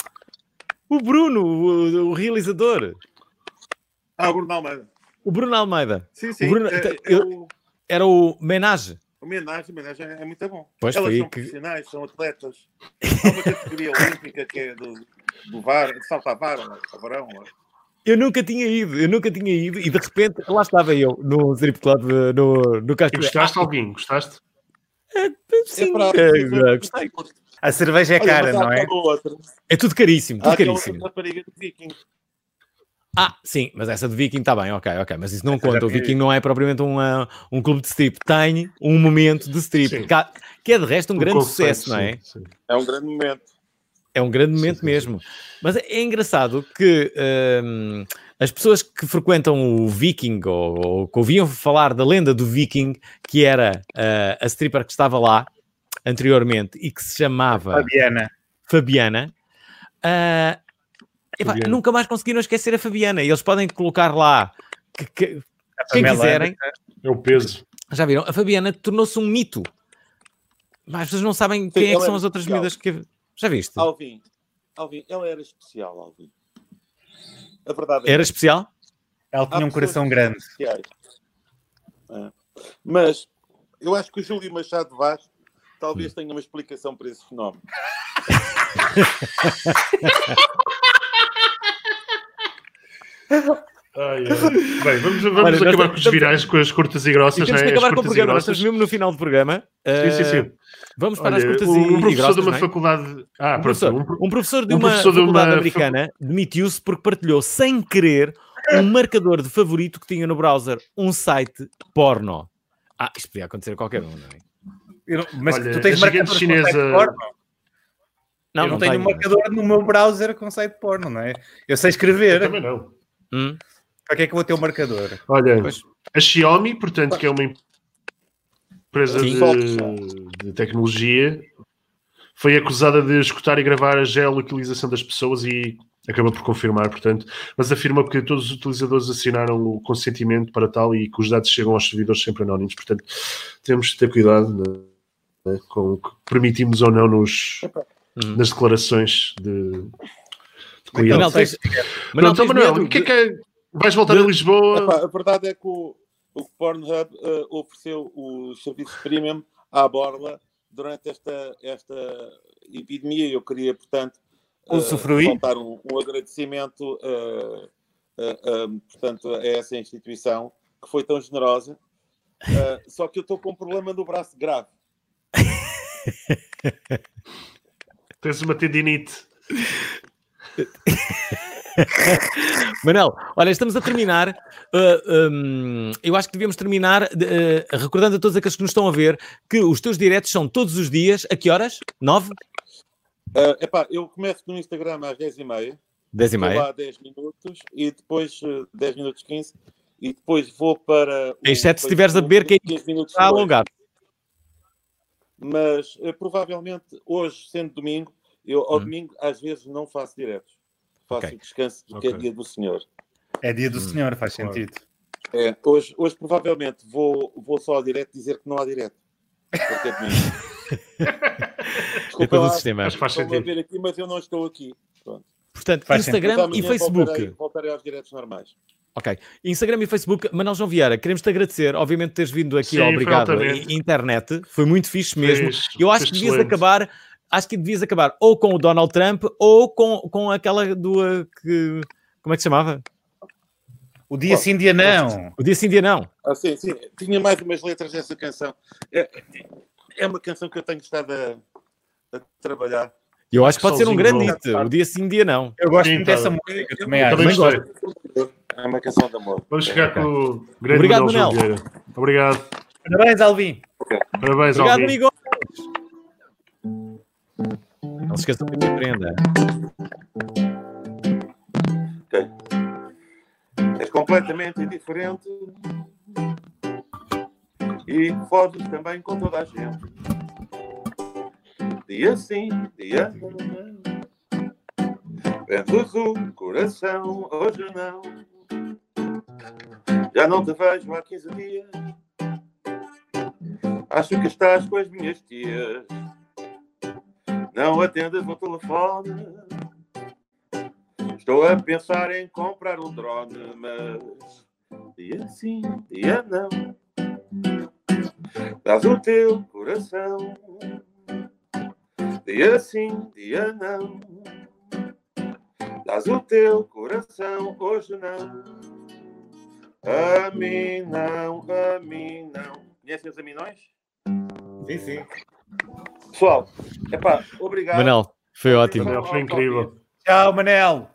o Bruno, o, o realizador. Ah, o Bruno Almeida. O Bruno Almeida. Sim, sim. O Bruno, é, eu, é o... Era o Menage. O Menage, o Menage é, é muito bom. Pois Elas foi são que... profissionais, são atletas. Há uma categoria olímpica que é do, do VAR, de salto à vara, ao varão. Eu nunca tinha ido, eu nunca tinha ido, e de repente lá estava eu no strip club, no, no Castro. Gostaste, Alguinho? Gostaste? É, sim, é, gostei. A cerveja é cara, Olha, não é? É tudo caríssimo, tudo há caríssimo. Rapariga do Viking. Ah, sim, mas essa do Viking está bem, ok, ok, mas isso não essa conta. O Viking não é propriamente um, uh, um clube de strip, tem um momento de strip, que, há, que é de resto um, um grande conceito, sucesso, não é? Sim, sim. É um grande momento. É um grande momento sim, mesmo. Sim. Mas é engraçado que um, as pessoas que frequentam o Viking, ou, ou que ouviam falar da lenda do Viking, que era uh, a stripper que estava lá anteriormente e que se chamava Fabiana, Fabiana, uh, epá, Fabiana. Nunca mais conseguiram esquecer a Fabiana. E eles podem colocar lá que, que, quem quiserem. É o peso. Já viram? A Fabiana tornou-se um mito. Mas as pessoas não sabem quem sim, é que são as outras miúdas que... Já viste? Alvin, Alvin, ela era especial, Alvin. A verdade é era que... especial? Ela tinha um coração grande. É. Mas eu acho que o Júlio Machado Vaz talvez hum. tenha uma explicação para esse fenómeno. Ai, ai. Bem, vamos, vamos Olha, acabar nós, com os virais, com as curtas e grossas. Temos que né? acabar com o programa, nós estamos mesmo no final do programa. Sim, sim, sim. Vamos para Olha, as curtas um, e, um professor e grossas, de uma não é? faculdade... Ah, um, professor, um, um professor de um uma professor faculdade de uma... americana demitiu-se porque partilhou sem querer um marcador de favorito que tinha no browser um site porno. Ah, isto podia acontecer a qualquer um, não é? Eu, mas Olha, tu tens marcador chinesa... com site porno? Não, eu não, não tenho, tenho um marcador mas... no meu browser com site porno, não é? Eu sei escrever. Eu também não. Hum? Para que é que eu vou ter o um marcador? Olha, pois... a Xiaomi, portanto, que é uma empresa de, de tecnologia, foi acusada de escutar e gravar a geolocalização das pessoas e acaba por confirmar, portanto, mas afirma que todos os utilizadores assinaram o consentimento para tal e que os dados chegam aos servidores sempre anónimos, portanto, temos de ter cuidado, né, com o que permitimos ou não nos, Uhum. nas declarações de, de Manuel, clientes. tens, Pronto, Manuel, tens Manuel, medo o que é de- que é? Vais voltar a Lisboa? Epá, a verdade é que o, o Pornhub uh, ofereceu os serviços premium à borla durante esta, esta epidemia. Eu queria, portanto, uh, Usufruir? soltar um, um agradecimento uh, uh, uh, portanto, a essa instituição que foi tão generosa. Uh, só que eu estou com um problema no braço grave. Tens uma tendinite. Manel, olha, estamos a terminar. Uh, um, eu acho que devíamos terminar uh, recordando a todos aqueles que nos estão a ver que os teus diretos são todos os dias. A que horas? Nove? Uh, epá, eu começo no Instagram às dez e meia. Dez e Estou meia. lá dez minutos e depois uh, dez minutos, quinze. E depois vou para. Exceto se estiveres a beber, que quinze minutos está a depois. alongar. Mas uh, provavelmente hoje, sendo domingo, eu ao Hum. domingo às vezes não faço diretos. Faço Ok. descanso porque Ok. é dia do Senhor. É dia do Hum, Senhor, faz claro. sentido. É, hoje, hoje provavelmente vou, vou só ao direto dizer que não há direto. Porque é domingo. É todo o sistema. Mas faz Estou-me a sentido. ver aqui, mas eu não estou aqui. Pronto. Portanto, Faz Instagram Mas e amanhã Facebook. Voltarei, voltarei aos diretos normais. Ok. Instagram e Facebook. Manuel João Vieira, queremos-te agradecer, obviamente, teres vindo aqui Sim, ao foi Obrigado altamente. e- Internet. Foi muito fixe mesmo. Fez- Eu acho fez que devias excelente. acabar, acho que devias acabar ou com o Donald Trump ou com, com aquela do uh, que. Como é que se chamava? O dia sim, dia não. O Dia Sim, Dia Não. Ah, sim, sim. Tinha mais umas letras dessa canção. É, é uma canção que eu tenho estado a, a trabalhar. Eu acho que pode ser um Solzinho grande bom. hit. O Dia Sim, Dia Não. Eu gosto Sim, muito tá. dessa música, também Eu acho. Também Também gostei. É uma canção de amor. Vamos ficar com o grande Obrigado, Manuel João Manel. Vieira. Obrigado. Parabéns, Alvin. Parabéns, Obrigado, Alvin. amigo. Não se esqueçam de me prenda. Ok. És completamente diferente e fodes também com toda a gente. Dia sim, dia não. Ventos o coração, hoje não. Já não te vejo há quinze dias. Acho que estás com as minhas tias. Não atendas o telefone. Estou a pensar em comprar um drone, mas dia sim, dia não. Dás o teu coração. Dia sim, dia não. Dás o teu coração, hoje não. A mim não, a mim não. Conhecem os aminões? Sim, sim. Pessoal, epá, obrigado. Manel, foi ótimo. Manel, foi incrível. Tchau, Manel.